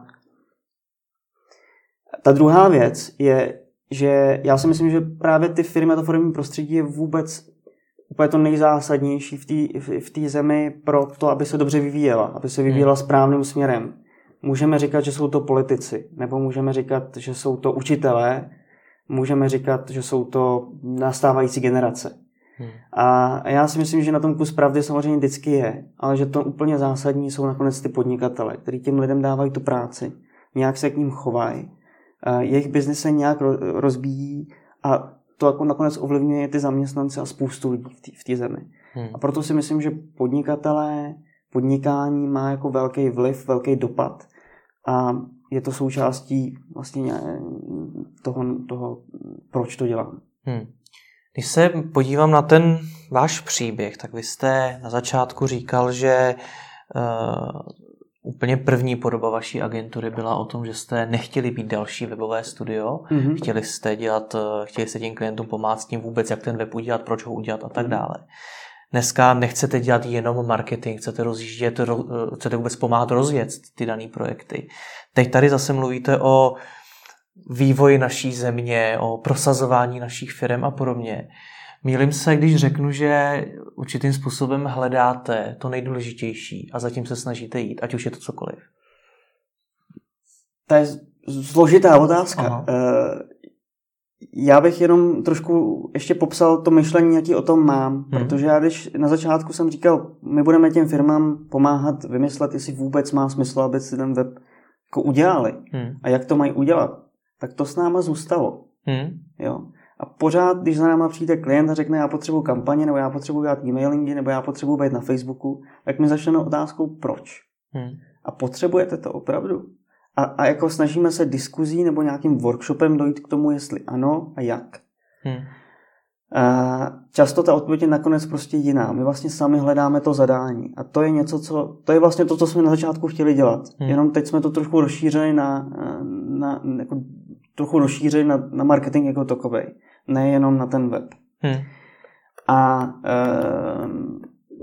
S2: ta druhá věc je, že já si myslím, že právě ty firmy a to firmní prostředí je vůbec úplně to nejzásadnější v té v té zemi pro to, aby se dobře vyvíjela, aby se vyvíjela hmm. správným směrem. Můžeme říkat, že jsou to politici, nebo můžeme říkat, že jsou to učitelé, můžeme říkat, že jsou to nastávající generace. Hmm. A já si myslím, že na tom kus pravdy samozřejmě vždycky je, ale že to úplně zásadní jsou nakonec ty podnikatele, kteří těm lidem dávají tu práci, nějak se k ním chovají, jejich biznis se nějak rozbíjí a to jako nakonec ovlivňuje ty zaměstnance a spoustu lidí v té zemi. Hmm. A proto si myslím, že podnikatelé, podnikání má jako velký vliv, velký dopad a je to součástí vlastně toho, toho proč to dělám.
S1: Hmm. Když se podívám na ten váš příběh, tak vy jste na začátku říkal, že uh, úplně první podoba vaší agentury byla o tom, že jste nechtěli být další webové studio, mm-hmm. chtěli jste dělat, chtěli jste těm klientům pomáhat s tím vůbec, jak ten web udělat, proč ho udělat a tak dále. Dneska nechcete dělat jenom marketing, chcete rozjíždět, chcete vůbec pomáhat rozjet ty dané projekty. Teď tady zase mluvíte o vývoji naší země, o prosazování našich firem a podobně. Mýlím se, když řeknu, že určitým způsobem hledáte to nejdůležitější a zatím se snažíte jít, ať už je to cokoliv.
S2: To je složitá otázka. Aha. Já bych jenom trošku ještě popsal to myšlení, jaký o tom mám, hmm. protože já když na začátku jsem říkal, my budeme těm firmám pomáhat vymyslet, jestli vůbec má smysl, aby si ten web jako udělali hmm. a jak to mají udělat, tak to s náma zůstalo. Hmm. Jo. A pořád, když za náma přijde klient a řekne, já potřebuji kampaně, nebo já potřebuji dělat e-mailingy, nebo já potřebuji být na Facebooku, tak my začneme otázkou proč. Hmm. A potřebujete to opravdu? A, a jako snažíme se diskuzí nebo nějakým workshopem dojít k tomu, jestli ano a jak. Hmm. A často ta odpověď je nakonec prostě jiná. My vlastně sami hledáme to zadání. A to je něco, co, to je vlastně to, co jsme na začátku chtěli dělat. Hmm. Jenom teď jsme to trošku rozšířili na, na jako, trochu rozšířili na, na marketing jako takový. Nejenom na ten web. Hmm. A um,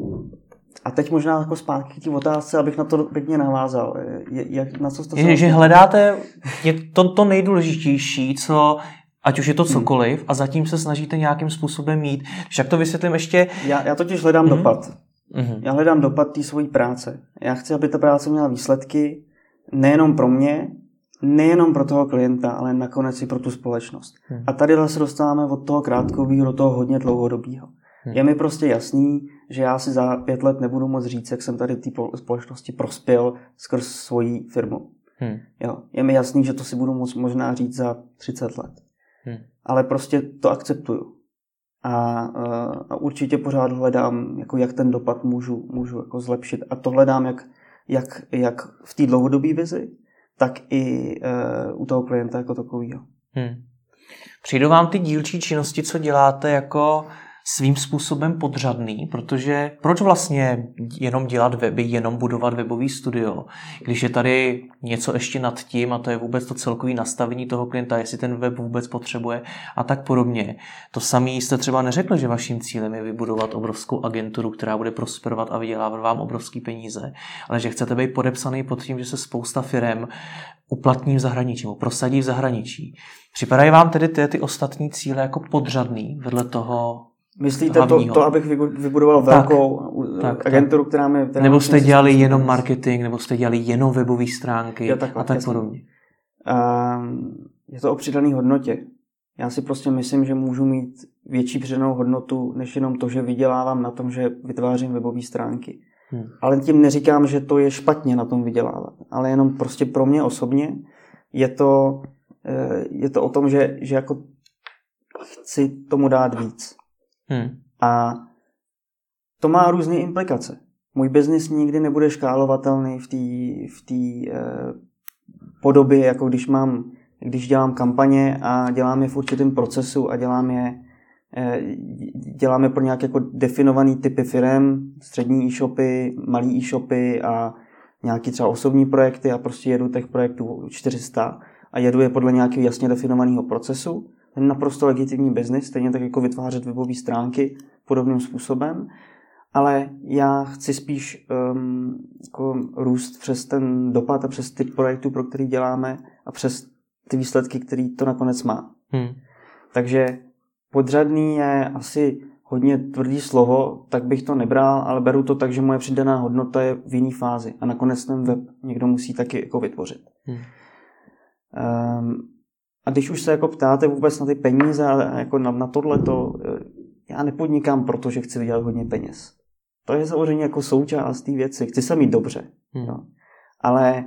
S2: A teď možná jako zpátky k té otázce, abych na to pěkně navázal. Je, jak, na co
S1: je, že hledáte je to, to nejdůležitější, co, ať už je to cokoliv, hmm. a zatím se snažíte nějakým způsobem mít. Však to vysvětlím ještě.
S2: Já, já totiž hledám hmm. dopad. Hmm. Já hledám dopad té svojí práce. Já chci, aby ta práce měla výsledky nejenom pro mě, nejenom pro toho klienta, ale nakonec i pro tu společnost. Hmm. A tady se dostáváme od toho krátkového do toho hodně dlouhodobého. Hmm. Je mi prostě jasný, že já si za pět let nebudu moc říct, jak jsem tady té společnosti prospěl skrz svoji firmu. Hmm. Jo. Je mi jasný, že to si budu moc možná říct za třicet let. Hmm. Ale prostě to akceptuju. A, a určitě pořád hledám, jako jak ten dopad můžu, můžu jako zlepšit. A to hledám jak, jak, jak v té dlouhodobé vizi, tak i uh, u toho klienta jako takového. Hmm.
S1: Přijdou vám ty dílčí činnosti, co děláte, jako svým způsobem podřadný, protože proč vlastně jenom dělat weby, jenom budovat webový studio, když je tady něco ještě nad tím a to je vůbec to celkové nastavení toho klienta, jestli ten web vůbec potřebuje a tak podobně. To samé jste třeba neřekli, že vaším cílem je vybudovat obrovskou agenturu, která bude prosperovat a vydělávat vám obrovský peníze, ale že chcete být podepsaný pod tím, že se spousta firem uplatní v zahraničí, prosadí v zahraničí. Připadají vám tedy ty, ty ostatní cíle jako podřadný vedle toho
S2: Myslíte to, to, abych vybudoval velkou tak, tak, agenturu, která mi... Která
S1: nebo jste dělali jenom marketing, nebo jste dělali jenom webové stránky jo, takhle, a tak
S2: jasný.
S1: podobně.
S2: Um, je to o přidané hodnotě. Já si prostě myslím, že můžu mít větší přidanou hodnotu, než jenom to, že vydělávám na tom, že vytvářím webové stránky. Hmm. Ale tím neříkám, že to je špatně na tom vydělávat. Ale jenom prostě pro mě osobně je to, je to o tom, že, že jako chci tomu dát víc. Hmm. A to má různé implikace. Můj biznis nikdy nebude škálovatelný v té v té eh, podobě, jako když mám, když dělám kampaně a dělám je v určitém procesu a dělám je, eh, děláme pro nějaké jako definovaný typy firem, střední e-shopy, malý e-shopy a nějaký třeba osobní projekty a prostě jedu těch projektů čtyři sta a jedu je podle nějakého jasně definovaného procesu. Ten naprosto legitimní biznis, stejně tak jako vytvářet webové stránky podobným způsobem, ale já chci spíš um, jako růst přes ten dopad a přes ty projekty, pro který děláme a přes ty výsledky, který to nakonec má. Hmm. Takže podřadný je asi hodně tvrdý slovo, tak bych to nebral, ale beru to tak, že moje přidaná hodnota je v jiné fázi a nakonec ten web někdo musí taky jako vytvořit. Hmm. Um, A když už se jako ptáte vůbec na ty peníze a jako na, na tohleto, já nepodnikám, protože chci vydělat hodně peněz. To je samozřejmě jako součást té věci. Chci se mít dobře. Hmm. Jo. Ale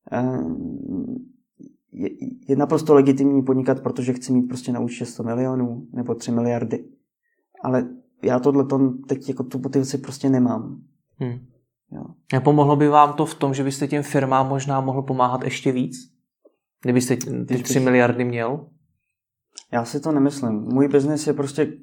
S2: je, je naprosto legitimní podnikat, protože chci mít prostě na účtě sto milionů nebo tři miliardy. Ale já tohleto teď jako tu motivaci prostě nemám. Hmm. Jo.
S1: A pomohlo by vám to v tom, že byste těm firmám možná mohl pomáhat ještě víc? Kdybyste ty tři miliardy měl?
S2: Já si to nemyslím. Můj biznes je prostě,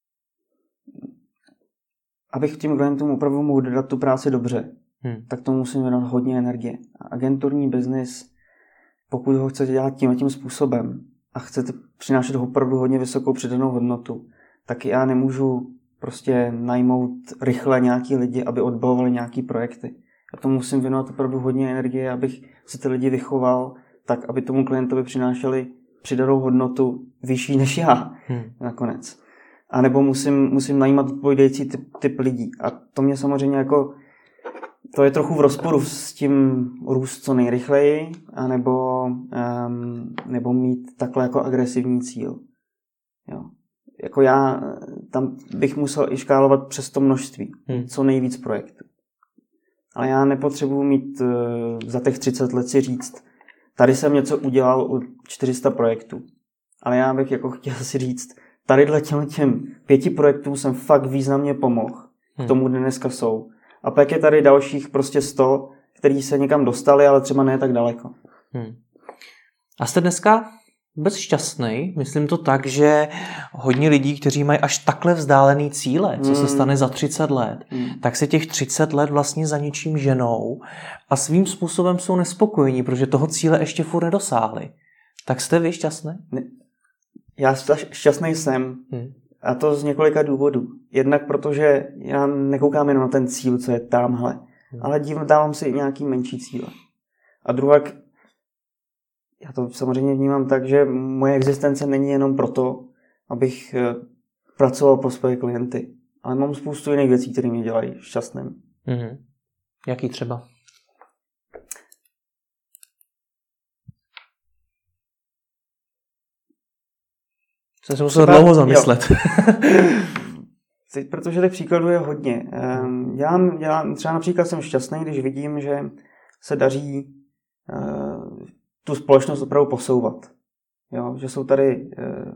S2: abych tím klientům opravdu mohl dodat tu práci dobře, hmm. tak to musím věnovat hodně energie. A agenturní biznis, pokud ho chcete dělat tím a tím způsobem a chcete přinášet opravdu hodně vysokou přidanou hodnotu, tak já nemůžu prostě najmout rychle nějaký lidi, aby odbalovali nějaký projekty. Já tomu musím věnovat opravdu hodně energie, abych se ty lidi vychoval tak, aby tomu klientovi přinášeli přidanou hodnotu vyšší než já hmm. nakonec. A nebo musím, musím najímat odpovídající typ, typ lidí. A to mě samozřejmě jako, to je trochu v rozporu s tím růst co nejrychleji, anebo, um, nebo mít takhle jako agresivní cíl. Jo. Jako já tam bych musel i škálovat přes to množství, hmm. co nejvíc projektů. Ale já nepotřebuji mít uh, za těch třicet let si říct, tady jsem něco udělal u čtyři sta projektů. Ale já bych jako chtěl si říct, tadyhle těm, těm pěti projektům jsem fakt významně pomohl hmm. k tomu, kde dneska jsou. A pak je tady dalších prostě sto, který se někam dostali, ale třeba ne tak daleko. Hmm.
S1: A jste dneska vůbec šťastný? Myslím to tak, že hodně lidí, kteří mají až takhle vzdálený cíle, co se stane za třicet let, hmm. tak se těch třicet let vlastně za něčím ženou a svým způsobem jsou nespokojení, protože toho cíle ještě furt nedosáhli. Tak jste vy šťastný?
S2: Ne. Já šťastný jsem. Hmm. A to z několika důvodů. Jednak protože já nekoukám jenom na ten cíl, co je tamhle, hmm. ale dávám si i nějaký menší cíle. A druhak, já to samozřejmě vnímám tak, že moje existence není jenom proto, abych pracoval pro svoje klienty, ale mám spoustu jiných věcí, které mě dělají šťastným.
S1: Mm-hmm. Jaký třeba? Jsem se musel dlouho zamyslet.
S2: Teď, protože těch příkladů je hodně. Dělám, dělám, třeba například jsem šťastný, když vidím, že se daří tu společnost opravdu posouvat. Jo? Že jsou tady eh,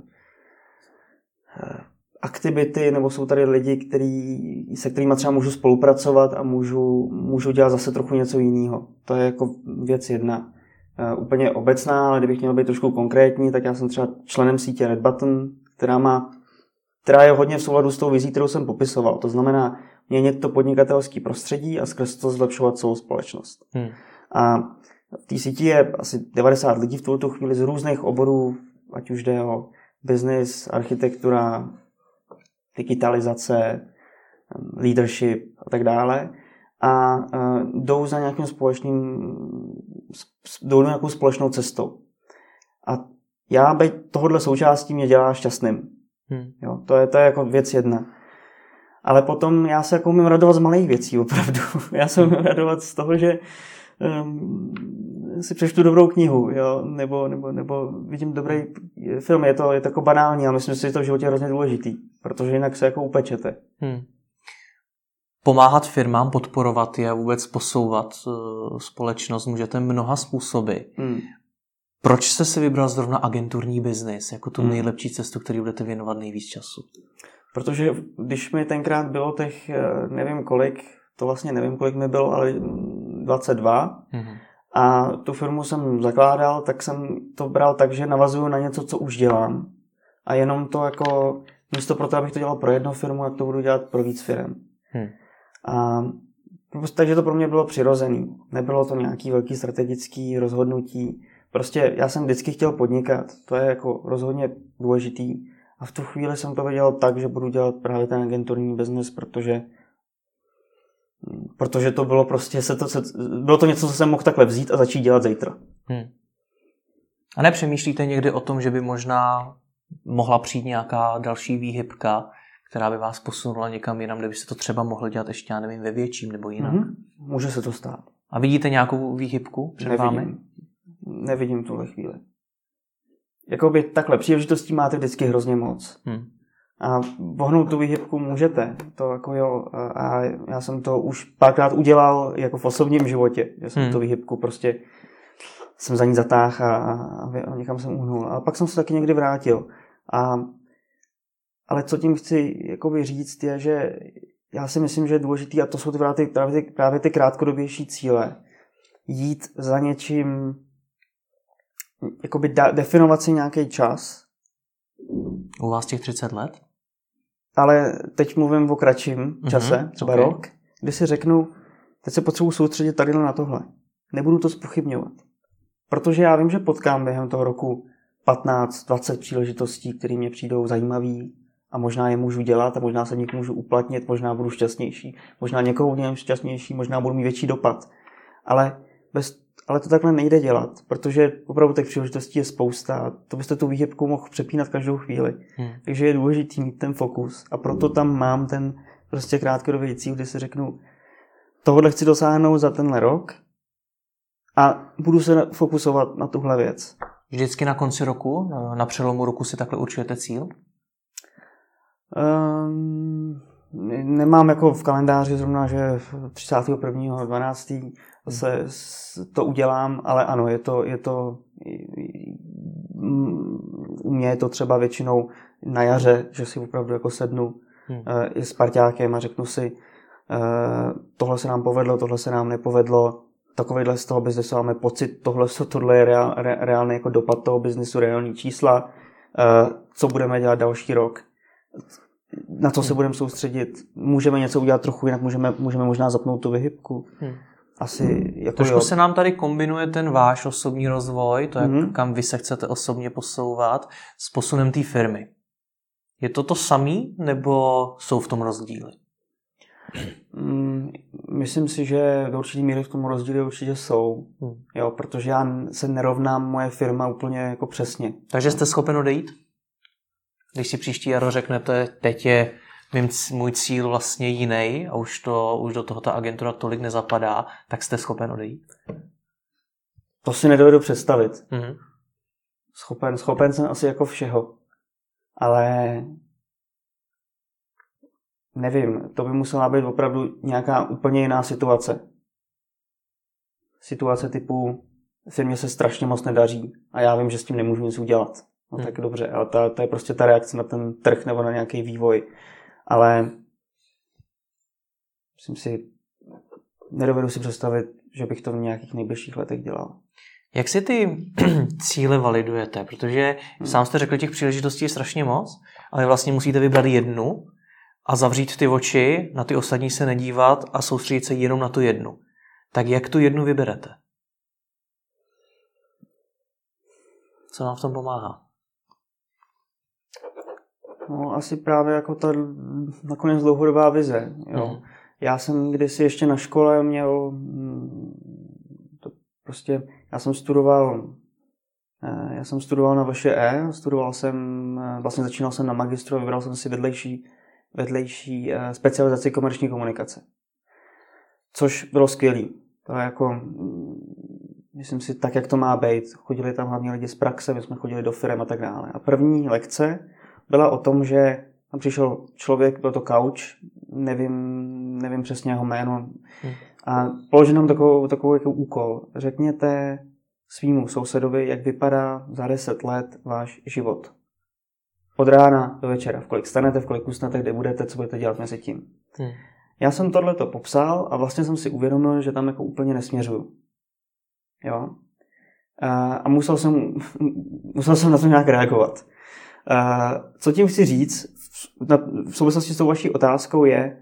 S2: aktivity, nebo jsou tady lidi, který, se kterými třeba můžu spolupracovat a můžu, můžu dělat zase trochu něco jiného. To je jako věc jedna. Eh, úplně obecná, ale kdybych měl být trošku konkrétní, tak já jsem třeba členem sítě Red Button, která má, která je hodně v souladu s tou vizí, kterou jsem popisoval. To znamená měnit to podnikatelské prostředí a skrz to zlepšovat celou společnost. Hmm. A v té síti je asi devadesát lidí v tuto chvíli z různých oborů, ať už jde o business, architektura, digitalizace, leadership a tak dále. A jdou za nějakým společným, jdou na nějakou společnou cestou. A já být tohohle součástí mě dělá šťastným. Hmm. Jo, to je, to je jako věc jedna. Ale potom já se jako umím radovat z malých věcí, opravdu. Já se umím radovat z toho, že um, si přečtu dobrou knihu, jo? Nebo, nebo, nebo vidím dobrý film. Je to, je to jako banální, ale myslím si, že to v životě je hrozně důležitý, protože jinak se jako upečete. Hmm.
S1: Pomáhat firmám, podporovat je, vůbec posouvat uh, společnost můžete mnoha způsoby. Hmm. Proč jste si vybral zrovna agenturní biznis jako tu hmm. nejlepší cestu, který budete věnovat nejvíc času?
S2: Protože když mi tenkrát bylo těch, nevím kolik, to vlastně nevím, kolik mi bylo, ale dvacet dva, hmm. a tu firmu jsem zakládal, tak jsem to bral tak, že navazuju na něco, co už dělám. A jenom to jako, místo pro to, abych to dělal pro jednu firmu, jak to budu dělat pro víc firm. Hmm. A takže to pro mě bylo přirozený. Nebylo to nějaký velký strategický rozhodnutí. Prostě já jsem vždycky chtěl podnikat. To je jako rozhodně důležitý. A v tu chvíli jsem to viděl tak, že budu dělat právě ten agenturní biznes, protože protože to bylo prostě se to, se, bylo to něco, co jsem mohl takhle vzít a začít dělat zítra. Hmm.
S1: A nepřemýšlíte někdy o tom, že by možná mohla přijít nějaká další výhybka, která by vás posunula někam jinam, kde byste to třeba mohli dělat ještě, já nevím, ve větším nebo jinak? Mm-hmm.
S2: Může se to stát.
S1: A vidíte nějakou výhybku před
S2: Nevidím.
S1: vámi?
S2: Nevidím tuhle chvíli. Jakoby takhle, příležitostí máte vždycky hrozně moc. Hmm. A bohnout tu výhybku můžete. To jako jo, a já jsem to už párkrát udělal jako v osobním životě. Že jsem hmm. tu výhybku prostě jsem za ní zatáhl a, a, a někam jsem uhnul. A pak jsem se taky někdy vrátil. A ale co tím chci jakoby říct je, že já si myslím, že je důležitý, a to jsou ty právě, ty, právě, ty, právě ty krátkodobější cíle, jít za něčím, jakoby da, definovat si nějaký čas.
S1: U vás těch třicet let?
S2: Ale teď mluvím o kratším čase, mm-hmm, třeba okay. rok, kdy si řeknu, teď se potřebuji soustředit tady na tohle. Nebudu to zpochybňovat. Protože já vím, že potkám během toho roku patnáct dvacet příležitostí, které mě přijdou zajímavý, a možná je můžu dělat a možná se v nich můžu uplatnit, možná budu šťastnější, možná někoho udělám šťastnější, možná budu mít větší dopad. Ale, bez, ale to takhle nejde dělat, protože opravdu těch příležitostí je spousta a to byste tu výhybku mohl přepínat každou chvíli. Hmm. Takže je důležitý mít ten fokus a proto tam mám ten prostě krátkodobý cíl, kdy si řeknu, tohle chci dosáhnout za tenhle rok a budu se fokusovat na tuhle věc.
S1: Vždycky na konci roku, na přelomu roku si takhle určujete cíl?
S2: Um, nemám jako v kalendáři zrovna, že třicátého prvního dvanáctého se to udělám, ale ano, je to, je to u mě je to třeba většinou na jaře, že si opravdu jako sednu hmm. uh, i s parťákem a řeknu si, uh, tohle se nám povedlo, tohle se nám nepovedlo, takovýhle z toho biznesu máme pocit, tohle, tohle je reál, re, reálný jako dopad toho biznesu, reální čísla, uh, co budeme dělat další rok. Na co se hmm. budeme soustředit. Můžeme něco udělat trochu jinak, můžeme, můžeme možná zapnout tu vyhybku. Hmm. Asi jako
S1: Trošku jo. se nám tady kombinuje ten váš osobní rozvoj, to, jak, hmm. kam vy se chcete osobně posouvat, s posunem té firmy. Je to to samý, nebo jsou v tom rozdíly?
S2: Hmm, myslím si, že do určitý míry v tom rozdíly určitě jsou. Hmm. Jo, protože já se nerovnám moje firma úplně jako přesně.
S1: Takže jste schopen odejít? Když si příští jaro řeknete, teď je mým, můj cíl vlastně jiný a už, to, už do toho ta agentura tolik nezapadá, tak jste schopen odejít?
S2: To si nedovedu představit.
S1: Mm-hmm.
S2: Schopen, schopen jsem asi jako všeho. Ale nevím, to by musela být opravdu nějaká úplně jiná situace. Situace typu, firmě se strašně moc nedaří a já vím, že s tím nemůžu nic udělat. No hmm. tak dobře, ale to, to je prostě ta reakce na ten trh nebo na nějaký vývoj. Ale myslím si, nedovedu si představit, že bych to v nějakých nejbližších letech dělal.
S1: Jak si ty cíle validujete? Protože hmm. sám jste řekl, těch příležitostí je strašně moc, ale vlastně musíte vybrat jednu a zavřít ty oči, na ty ostatní se nedívat a soustředit se jenom na tu jednu. Tak jak tu jednu vyberete? Co vám v tom pomáhá?
S2: No, asi právě jako ta nakonec dlouhodobá vize. Jo. Mm. Já jsem kdysi ještě na škole měl to prostě, já jsem studoval já jsem studoval na V Š E, studoval jsem, vlastně začínal jsem na magistru, vybral jsem si vedlejší vedlejší specializaci komerční komunikace. Což bylo skvělý. To je jako, myslím si, tak, jak to má být. Chodili tam hlavně lidi z praxe, my jsme chodili do firem a tak dále. A první lekce byla o tom, že tam přišel člověk, byl to Couch, nevím, nevím přesně jeho jméno, hmm. a položil nám takovou, takovou jako úkol. Řekněte svýmu sousedovi, jak vypadá za deset let váš život. Od rána do večera, v kolik stanete, v kolik usnete, kde budete, co budete dělat mezi tím. Hmm. Já jsem tohleto popsal a vlastně jsem si uvědomil, že tam jako úplně nesměřuju. Jo? A, a musel jsem, musel jsem na to nějak reagovat. A co tím chci říct v souvislosti s tou vaší otázkou je,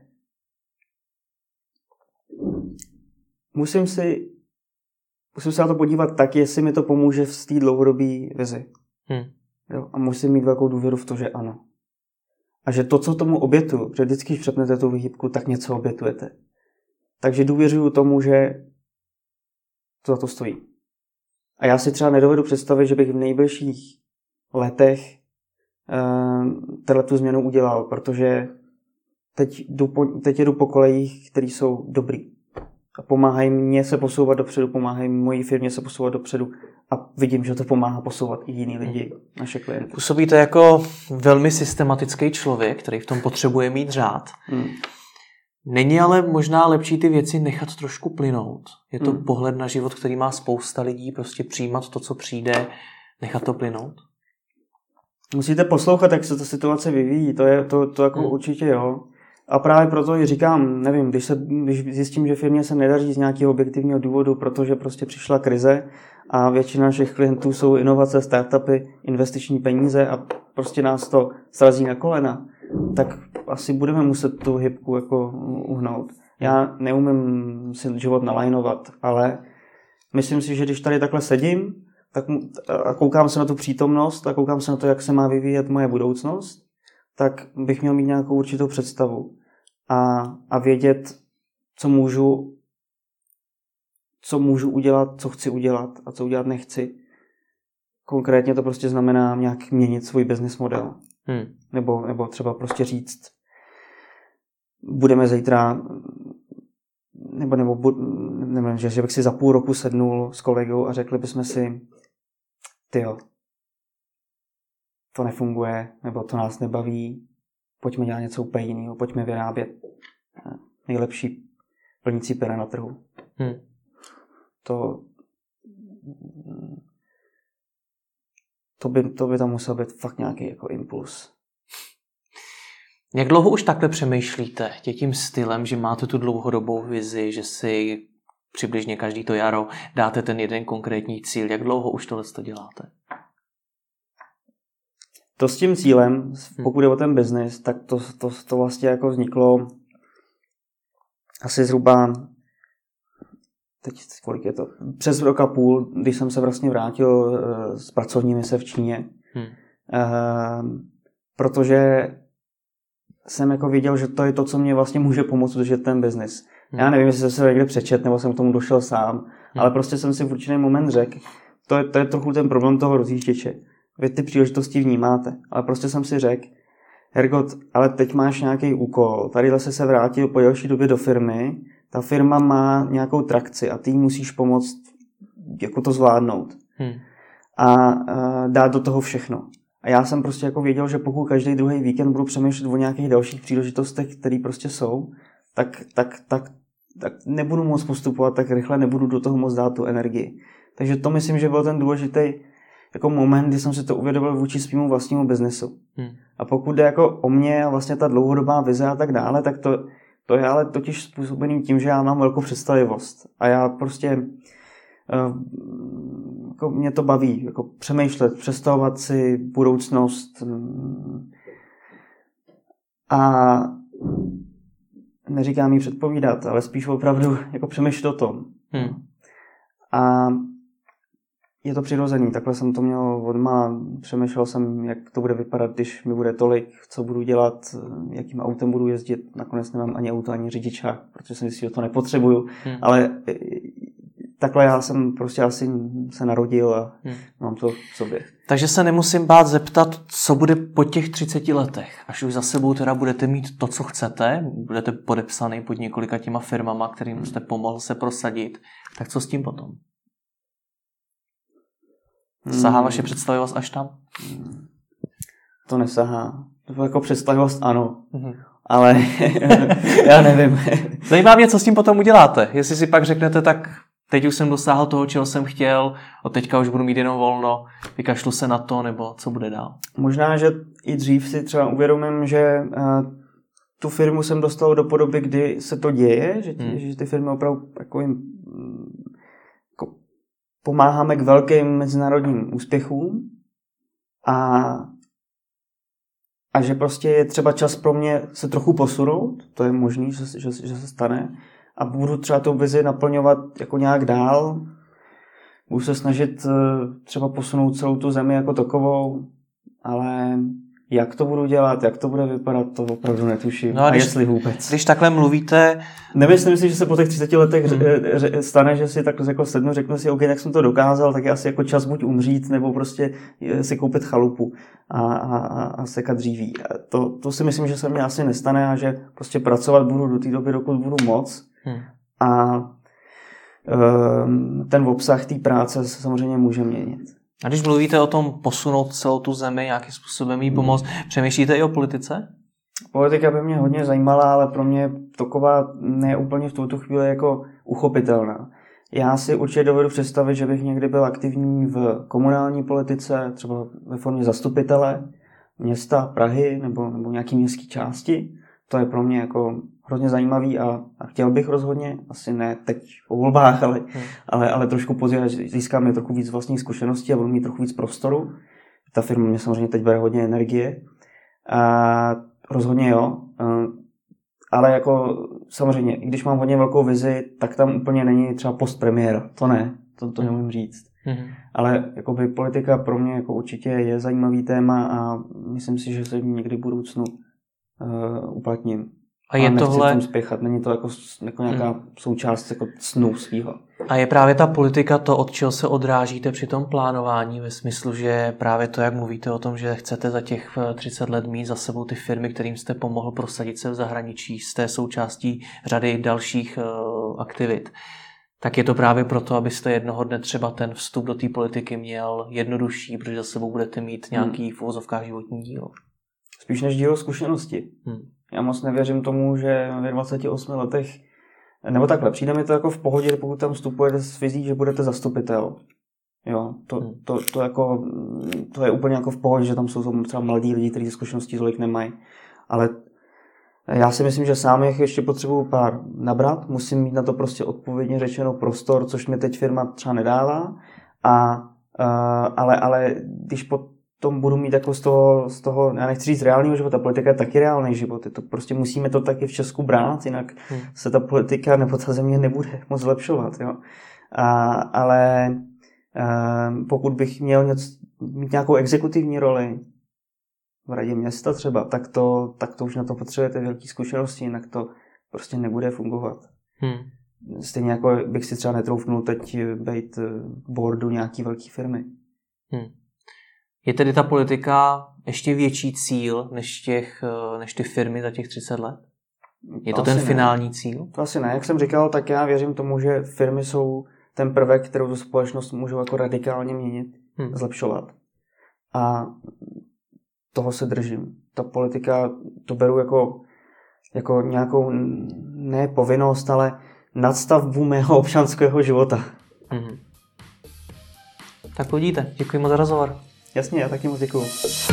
S2: musím si, musím se na to podívat tak, jestli mi to pomůže v té dlouhodobé vizi. Hmm. Jo? A musím mít velkou důvěru v to, že ano. A že to, co tomu obětuju, protože vždycky, když přepnete tu vyhýbku, tak něco obětujete. Takže důvěřuju tomu, že to za to stojí. A já si třeba nedovedu představit, že bych v nejbližších letech uh, tu změnu udělal, protože teď, jdu po, teď jedu po kolejích, které jsou dobrý. A pomáhají mě se posouvat dopředu, pomáhají mojí firmě se posouvat dopředu a vidím, že to pomáhá posouvat i jiný lidi, naše klienty.
S1: Působíte jako velmi systematický člověk, který v tom potřebuje mít řád. Hmm. Není ale možná lepší ty věci nechat trošku plynout. Je to hmm. pohled na život, který má spousta lidí, prostě přijímat to, co přijde, nechat to plynout?
S2: Musíte poslouchat, jak se ta situace vyvíjí, to je to, to jako hmm. určitě jo. A právě proto i říkám, nevím, když, se, když zjistím, že firmě se nedaří z nějakého objektivního důvodu, protože prostě přišla krize a většina našich klientů jsou inovace, startupy, investiční peníze a prostě nás to srazí na kolena, tak asi budeme muset tu hybku jako uhnout. Já neumím si život nalajnovat, ale myslím si, že když tady takhle sedím tak a koukám se na tu přítomnost a koukám se na to, jak se má vyvíjet moje budoucnost, tak bych měl mít nějakou určitou představu a, a vědět, co můžu, co můžu udělat, co chci udělat a co udělat nechci. Konkrétně to prostě znamená nějak měnit svůj business model. Hmm. Nebo, nebo třeba prostě říct, budeme zítra, nebo, nebo nevím, že, že bych si za půl roku sednul s kolegou a řekli bychom si, tyjo, to nefunguje, nebo to nás nebaví, pojďme dělat něco úplně jiného, pojďme vyrábět nejlepší plnící pera na trhu. Hmm. To, to, by, to by tam musel být fakt nějaký jako impuls.
S1: Jak dlouho už takhle přemýšlíte tím stylem, že máte tu dlouhodobou vizi, že si přibližně každý to jaro dáte ten jeden konkrétní cíl? Jak dlouho už tohle to děláte?
S2: To s tím cílem, pokud je o ten biznis, tak to, to, to vlastně jako vzniklo asi zhruba, teď kolik je to, přes rok a půl, když jsem se vlastně vrátil z pracovní mise v Číně. Hmm. Uh, protože jsem jako viděl, že to je to, co mě vlastně může pomoct udržet ten biznis. Hmm. Já nevím, jestli jsem se někde přečet, nebo jsem k tomu došel sám, hmm. ale prostě jsem si v určitý moment řekl, to je, to je trochu ten problém toho rozjížděče. Vy ty příležitosti vnímáte, ale prostě jsem si řekl, Hergot, ale teď máš nějaký úkol, tady se se vrátil po delší době do firmy, ta firma má nějakou trakci a ty musíš pomoct jako to zvládnout. Hmm. A, a dát do toho všechno. A já jsem prostě jako věděl, že pokud každý druhý víkend budu přemýšlet o nějakých dalších příležitostech, které prostě jsou, tak, tak, tak, tak nebudu moc postupovat tak rychle, nebudu do toho moc dát tu energii. Takže to myslím, že byl ten důležitý jako moment, kdy jsem si to uvědomil vůči svýmu vlastnímu biznesu. Hmm. A pokud jde jako o mě a vlastně ta dlouhodobá vize a tak dále, tak to, to je ale totiž způsobený tím, že já mám velkou představivost. A já prostě uh, jako mě to baví, jako přemýšlet, představovat si budoucnost a neříkám jí předpovídat, ale spíš opravdu jako přemýšlet o tom. Hmm. A je to přirozený, takhle jsem to měl odmala, přemýšlel jsem, jak to bude vypadat, když mi bude tolik, co budu dělat, jakým autem budu jezdit, nakonec nemám ani auto, ani řidičák, protože jsem si to nepotřebuju, hmm. ale takhle já jsem prostě asi se narodil a hmm. mám to v sobě.
S1: Takže se nemusím bát zeptat, co bude po těch třiceti letech. Až už za sebou teda budete mít to, co chcete, budete podepsaný pod několika těma firmama, kterým jste pomohl se prosadit, tak co s tím potom? Sahá hmm. vaše představivost až tam?
S2: To nesahá. To jako představivost ano, hmm. ale já nevím.
S1: Zajímá mě, co s tím potom uděláte. Jestli si pak řeknete, tak teď už jsem dosáhl toho, čeho jsem chtěl, od teďka už budu mít jenom volno, vykašlu se na to, nebo co bude dál?
S2: Možná, že i dřív si třeba uvědomím, že uh, tu firmu jsem dostal do podoby, kdy se to děje, že, hmm. že ty firmy opravdu jako jim, jako pomáháme k velkým mezinárodním úspěchům a, a že prostě je třeba čas pro mě se trochu posunout, to je možný, že, že, že se stane, a budu třeba tu vizi naplňovat jako nějak dál. Budu se snažit třeba posunout celou tu zemi jako takovou, ale jak to budu dělat, jak to bude vypadat, to opravdu netuším. No a, a když, jestli vůbec.
S1: Když takhle mluvíte...
S2: Nemyslím si, že se po těch třiceti letech hmm. stane, že si tak jako sednu, řeknu si, OK, tak jsem to dokázal, tak je asi jako čas buď umřít, nebo prostě si koupit chalupu a, a, a sekat dříví. To, to si myslím, že se mně asi nestane a že prostě pracovat budu do té doby, dokud budu moc. Hmm. A um, ten obsah té práce se samozřejmě může měnit.
S1: A když mluvíte o tom posunout celou tu zemi, nějakým způsobem jí pomoct, hmm. přemýšlíte i o politice?
S2: Politika by mě hodně zajímala, ale pro mě taková ne úplně v tuto chvíli jako uchopitelná. Já si určitě dovedu představit, že bych někdy byl aktivní v komunální politice, třeba ve formě zastupitele města, Prahy nebo, nebo nějaký městské části. To je pro mě jako hrozně zajímavý a, a chtěl bych rozhodně, asi ne teď po volbách, ale, hmm. ale, ale trošku později, až získáme trochu víc vlastních zkušeností a budu mít trochu víc prostoru. Ta firma mě samozřejmě teď bere hodně energie. A rozhodně jo. Ale jako samozřejmě, i když mám hodně velkou vizi, tak tam úplně není třeba post premiéra. To ne, to, to nemůžu říct. Hmm. Ale jakoby politika pro mě jako určitě je zajímavý téma a myslím si, že se v ní někdy v budoucnu uh, uplatním.
S1: A je
S2: nechci
S1: tohle...
S2: v tom spěchat, není to jako, jako nějaká hmm. součást jako snu svýho.
S1: A je právě ta politika to, od čeho se odrážíte při tom plánování, ve smyslu, že právě to, jak mluvíte o tom, že chcete za těch třicet let mít za sebou ty firmy, kterým jste pomohl prosadit se v zahraničí, jste součástí řady dalších uh, aktivit, tak je to právě proto, abyste jednoho dne třeba ten vstup do té politiky měl jednodušší, protože za sebou budete mít nějaký hmm. v uvozovkách životní dílo.
S2: Spíš než dílo zkušenosti. Hmm. Já moc nevěřím tomu, že ve dvaceti osmi letech, nebo takhle, přijde mi to jako v pohodě, pokud tam vstupujete s vizí, že budete zastupitel. Jo, to, hmm. to, to, jako, to je úplně jako v pohodě, že tam jsou třeba mladí lidi, kteří zkušenosti tolik nemají. Ale já si myslím, že sám jich ještě potřebuju pár nabrat, musím mít na to prostě odpovědně řečeno prostor, což mi teď firma třeba nedává. A, uh, ale, ale když po tom budu mít jako z toho, z toho, já nechci říct reálného života, politika je taky reálný život, je to prostě musíme to taky v Česku brát, jinak hmm. se ta politika nebo ta země nebude moc zlepšovat, jo. A, ale um, pokud bych měl něco, mít nějakou exekutivní roli v radě města třeba, tak to, tak to už na to potřebujete velké zkušenosti, jinak to prostě nebude fungovat. Hmm. Stejně jako bych si třeba netroufnul teď být v boardu nějaký velké firmy.
S1: Hmm. Je tedy ta politika ještě větší cíl než, těch, než ty firmy za těch třicet let? Je to, to ten finální ne. cíl?
S2: To asi ne. Jak jsem říkal, tak já věřím tomu, že firmy jsou ten prvek, kterou tu společnost můžou jako radikálně měnit, hmm. zlepšovat. A toho se držím. Ta politika, to beru jako, jako nějakou ne povinnost, ale nadstavbu mého občanského života.
S1: Hmm. Tak vidíte. Děkuji moc za rozhovor.
S2: Jasně, já taky moc děkuju.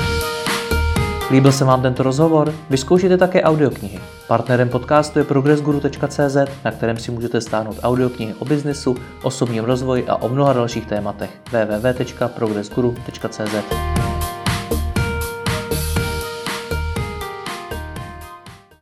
S1: Líbil se vám tento rozhovor? Vyzkoušejte také audioknihy. Partnerem podcastu je progress guru tečka cé zet, na kterém si můžete stáhnout audioknihy o biznesu, osobním rozvoji a o mnoha dalších tématech. w w w tečka progress guru tečka cé zet